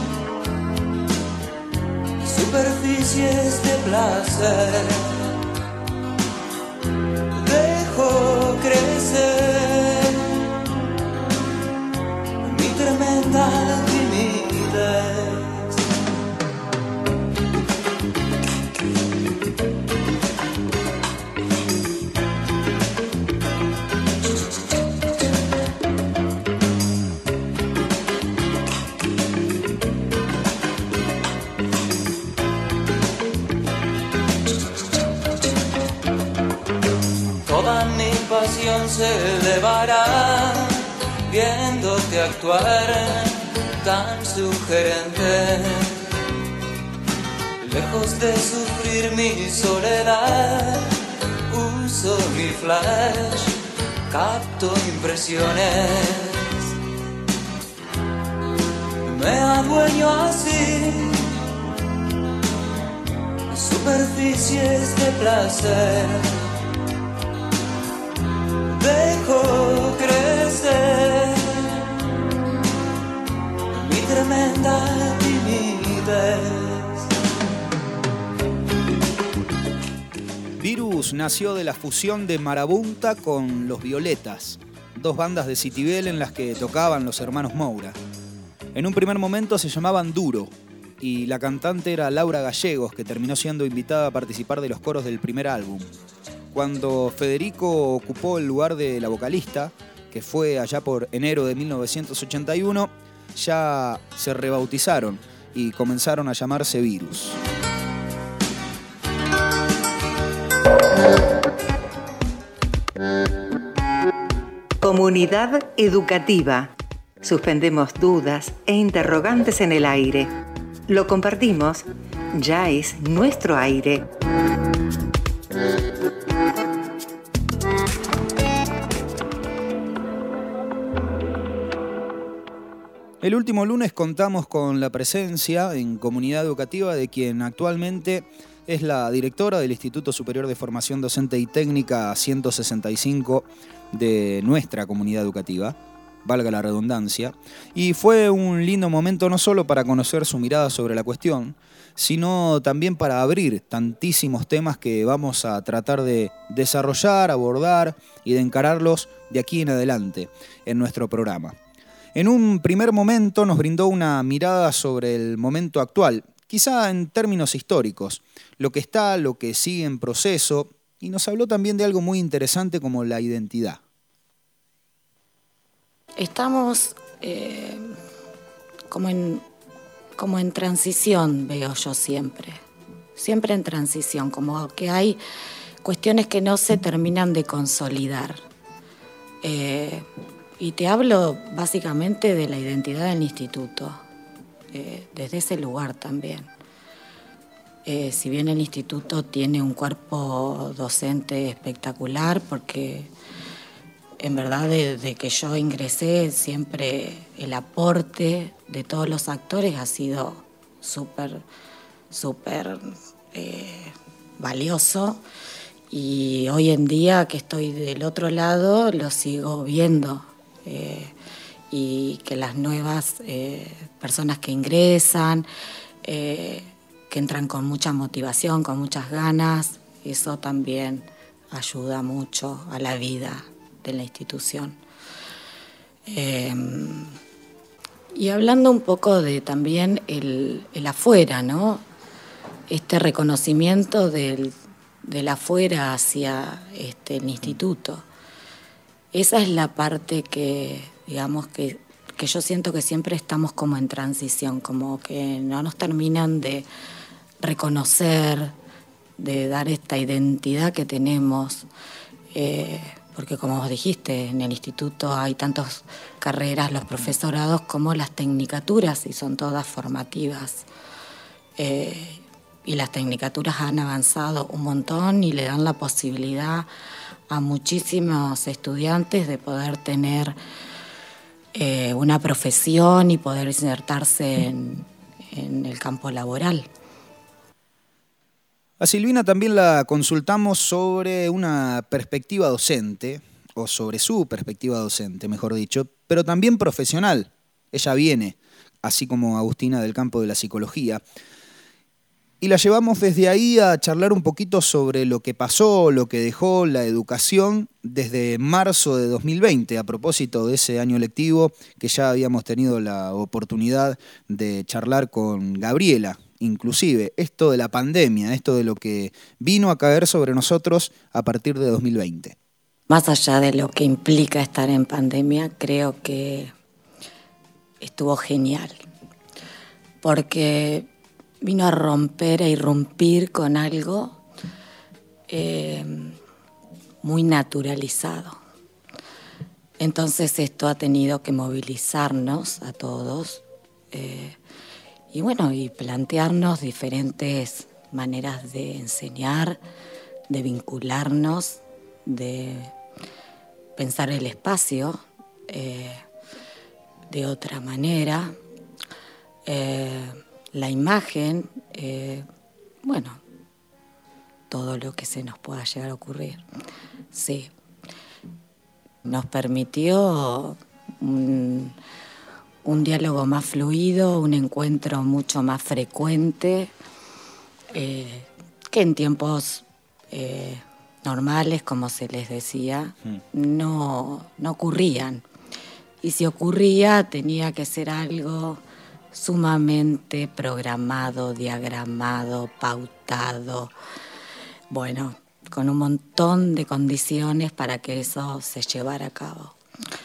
superficies de placer. Dejo crecer mi tremenda timidez. Toda mi pasión se elevará viéndote actuar tan sugerente. Lejos de sufrir mi soledad, uso mi flash, capto impresiones. Me adueño así superficies de placer. Dejo crecer mi tremenda timidez. Virus nació de la fusión de Marabunta con Los Violetas, dos bandas de Citibel en las que tocaban los hermanos Moura. En un primer momento se llamaban Duro, y la cantante era Laura Gallegos, que terminó siendo invitada a participar de los coros del primer álbum. Cuando Federico ocupó el lugar de la vocalista, que fue allá por enero de mil novecientos ochenta y uno, ya se rebautizaron y comenzaron a llamarse Virus. Comunidad educativa. Suspendemos dudas e interrogantes en el aire. Lo compartimos, ya es nuestro aire. El último lunes contamos con la presencia en Comunidad Educativa de quien actualmente es la directora del Instituto Superior de Formación Docente y Técnica ciento sesenta y cinco de nuestra comunidad educativa, valga la redundancia, y fue un lindo momento no solo para conocer su mirada sobre la cuestión, sino también para abrir tantísimos temas que vamos a tratar de desarrollar, abordar y de encararlos de aquí en adelante en nuestro programa. En un primer momento nos brindó una mirada sobre el momento actual, quizá en términos históricos, lo que está, lo que sigue en proceso, y nos habló también de algo muy interesante como la identidad. Estamos eh, como en, como en transición, veo yo siempre, siempre en transición, como que hay cuestiones que no se terminan de consolidar. Eh, Y te hablo básicamente de la identidad del instituto, eh, desde ese lugar también. Eh, si bien el instituto tiene un cuerpo docente espectacular, porque en verdad desde que yo ingresé siempre el aporte de todos los actores ha sido súper, súper eh, valioso. Y hoy en día que estoy del otro lado lo sigo viendo. Eh, y que las nuevas eh, personas que ingresan, eh, que entran con mucha motivación, con muchas ganas, eso también ayuda mucho a la vida de la institución. Eh, y hablando un poco de también el, el afuera, ¿no? Este reconocimiento del, del afuera hacia este, el instituto. Esa es la parte que, digamos, que, que yo siento que siempre estamos como en transición, como que no nos terminan de reconocer, de dar esta identidad que tenemos, eh, porque como vos dijiste, en el instituto hay tantas carreras, los profesorados como las tecnicaturas, y son todas formativas. Eh, y las tecnicaturas han avanzado un montón y le dan la posibilidad a muchísimos estudiantes de poder tener eh, una profesión y poder insertarse en, en el campo laboral. A Silvina también la consultamos sobre una perspectiva docente, o sobre su perspectiva docente, mejor dicho, pero también profesional. Ella viene, así como Agustina, del campo de la psicología. Y la llevamos desde ahí a charlar un poquito sobre lo que pasó, lo que dejó la educación desde marzo de dos mil veinte, a propósito de ese año lectivo que ya habíamos tenido la oportunidad de charlar con Gabriela. Inclusive esto de la pandemia, esto de lo que vino a caer sobre nosotros a partir de dos mil veinte. Más allá de lo que implica estar en pandemia, creo que estuvo genial, porque vino a romper, a irrumpir con algo eh, muy naturalizado. Entonces esto ha tenido que movilizarnos a todos eh, y bueno, y plantearnos diferentes maneras de enseñar, de vincularnos, de pensar el espacio eh, de otra manera, eh, la imagen, eh, bueno, todo lo que se nos pueda llegar a ocurrir. Sí, nos permitió un, un diálogo más fluido, un encuentro mucho más frecuente, eh, que en tiempos eh, normales, como se les decía, mm. no, no ocurrían. Y si ocurría, tenía que ser algo sumamente programado, diagramado, pautado, bueno, con un montón de condiciones para que eso se llevara a cabo.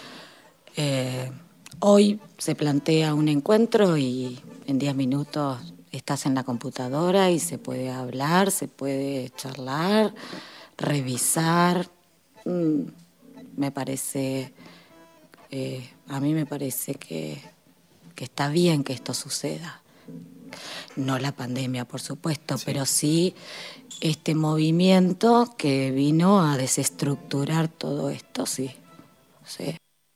Eh, hoy se plantea un encuentro y en diez minutos estás en la computadora y se puede hablar, se puede charlar, revisar. Mm, me parece, eh, a mí me parece que, que está bien que esto suceda. No la pandemia, por supuesto, sí, pero sí este movimiento que vino a desestructurar todo esto, sí. sí.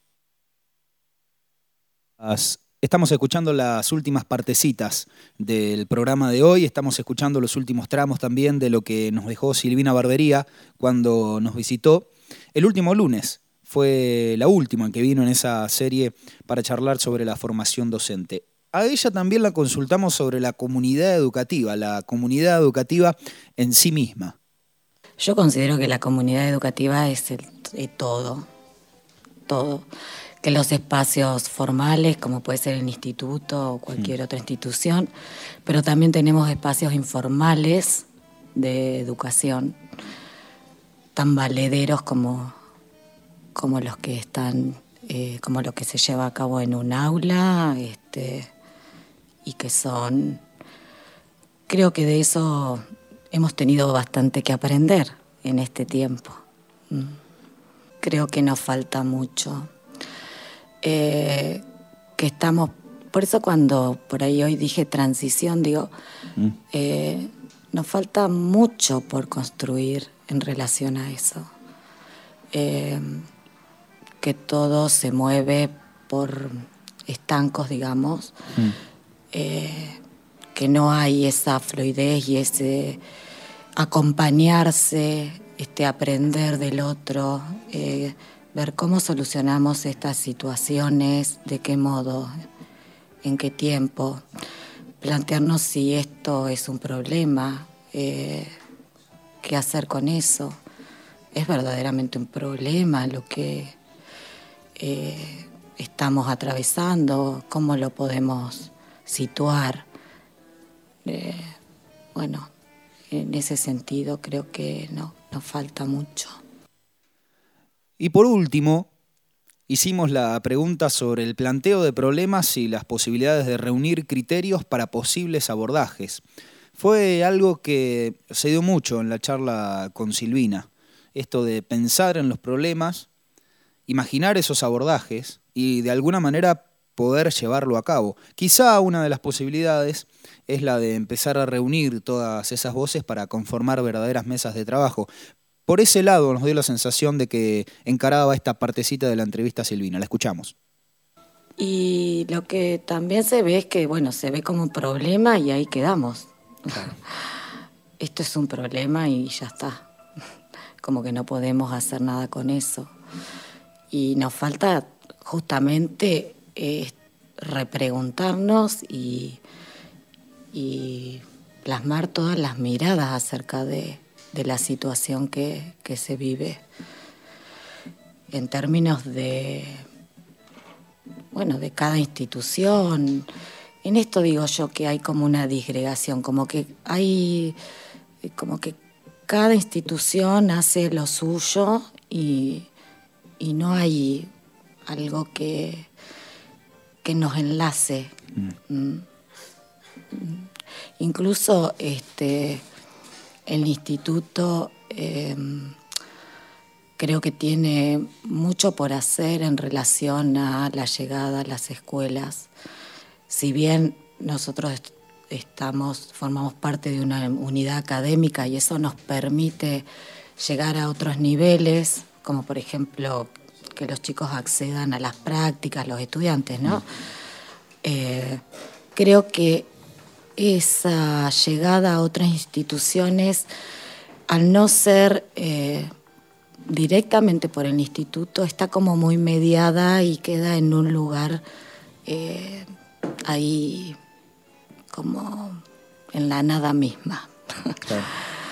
Estamos escuchando las últimas partecitas del programa de hoy, estamos escuchando los últimos tramos también de lo que nos dejó Silvina Barbería cuando nos visitó el último lunes. Fue la última que vino en esa serie para charlar sobre la formación docente. A ella también la consultamos sobre la comunidad educativa, la comunidad educativa en sí misma. Yo considero que la comunidad educativa es el, el todo, todo. Que los espacios formales, como puede ser el instituto o cualquier mm. otra institución, pero también tenemos espacios informales de educación, tan valederos como, como los que están, eh, como lo que se lleva a cabo en un aula, este, y que son, creo que de eso hemos tenido bastante que aprender en este tiempo. Mm. Creo que nos falta mucho. Eh, que estamos, por eso cuando por ahí hoy dije transición, digo, mm. eh, nos falta mucho por construir en relación a eso. Eh, que todo se mueve por estancos, digamos, mm. eh, que no hay esa fluidez y ese acompañarse, este aprender del otro, eh, ver cómo solucionamos estas situaciones, de qué modo, en qué tiempo, plantearnos si esto es un problema, eh, qué hacer con eso. ¿Es verdaderamente un problema lo que eh, estamos atravesando? ¿Cómo lo podemos situar? Eh, bueno, en ese sentido creo que no, nos falta mucho. Y por último, hicimos la pregunta sobre el planteo de problemas y las posibilidades de reunir criterios para posibles abordajes. Fue algo que se dio mucho en la charla con Silvina, esto de pensar en los problemas, imaginar esos abordajes y de alguna manera poder llevarlo a cabo. Quizá una de las posibilidades es la de empezar a reunir todas esas voces para conformar verdaderas mesas de trabajo. Por ese lado nos dio la sensación de que encaraba esta partecita de la entrevista a Silvina. La escuchamos. Y lo que también se ve es que, bueno, se ve como un problema y ahí quedamos. Claro. Esto es un problema y ya está. Como que no podemos hacer nada con eso. Y nos falta justamente eh, repreguntarnos y, y plasmar todas las miradas acerca de, de la situación que, que se vive. En términos de, bueno, de cada institución. En esto digo yo que hay como una disgregación, como que hay, como que cada institución hace lo suyo y, y no hay algo que, que nos enlace. Mm. Mm. Incluso este, el instituto eh, creo que tiene mucho por hacer en relación a la llegada a las escuelas. Si bien nosotros estamos, formamos parte de una unidad académica y eso nos permite llegar a otros niveles, como por ejemplo que los chicos accedan a las prácticas, los estudiantes, ¿no? Mm. Eh, creo que esa llegada a otras instituciones, al no ser eh, directamente por el instituto, está como muy mediada y queda en un lugar eh, ahí como en la nada misma. Claro.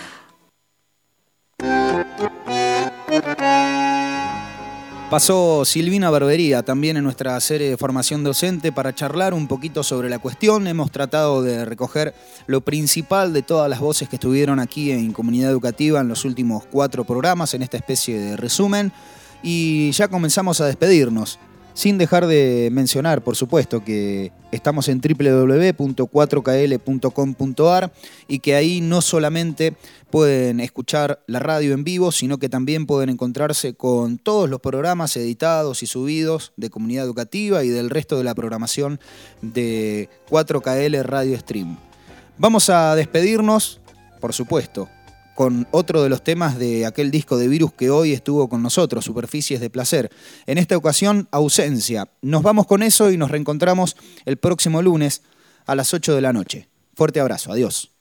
Pasó Silvina Barbería también en nuestra serie de formación docente para charlar un poquito sobre la cuestión. Hemos tratado de recoger lo principal de todas las voces que estuvieron aquí en Comunidad Educativa en los últimos cuatro programas, en esta especie de resumen. Y ya comenzamos a despedirnos. Sin dejar de mencionar, por supuesto, que estamos en doble u doble u doble u punto cuatro k l punto com punto a r y que ahí no solamente pueden escuchar la radio en vivo, sino que también pueden encontrarse con todos los programas editados y subidos de Comunidad Educativa y del resto de la programación de cuatro K L Radio Stream. Vamos a despedirnos, por supuesto, con otro de los temas de aquel disco de Virus que hoy estuvo con nosotros, Superficies de Placer. En esta ocasión, Ausencia. Nos vamos con eso y nos reencontramos el próximo lunes a las ocho de la noche. Fuerte abrazo, adiós.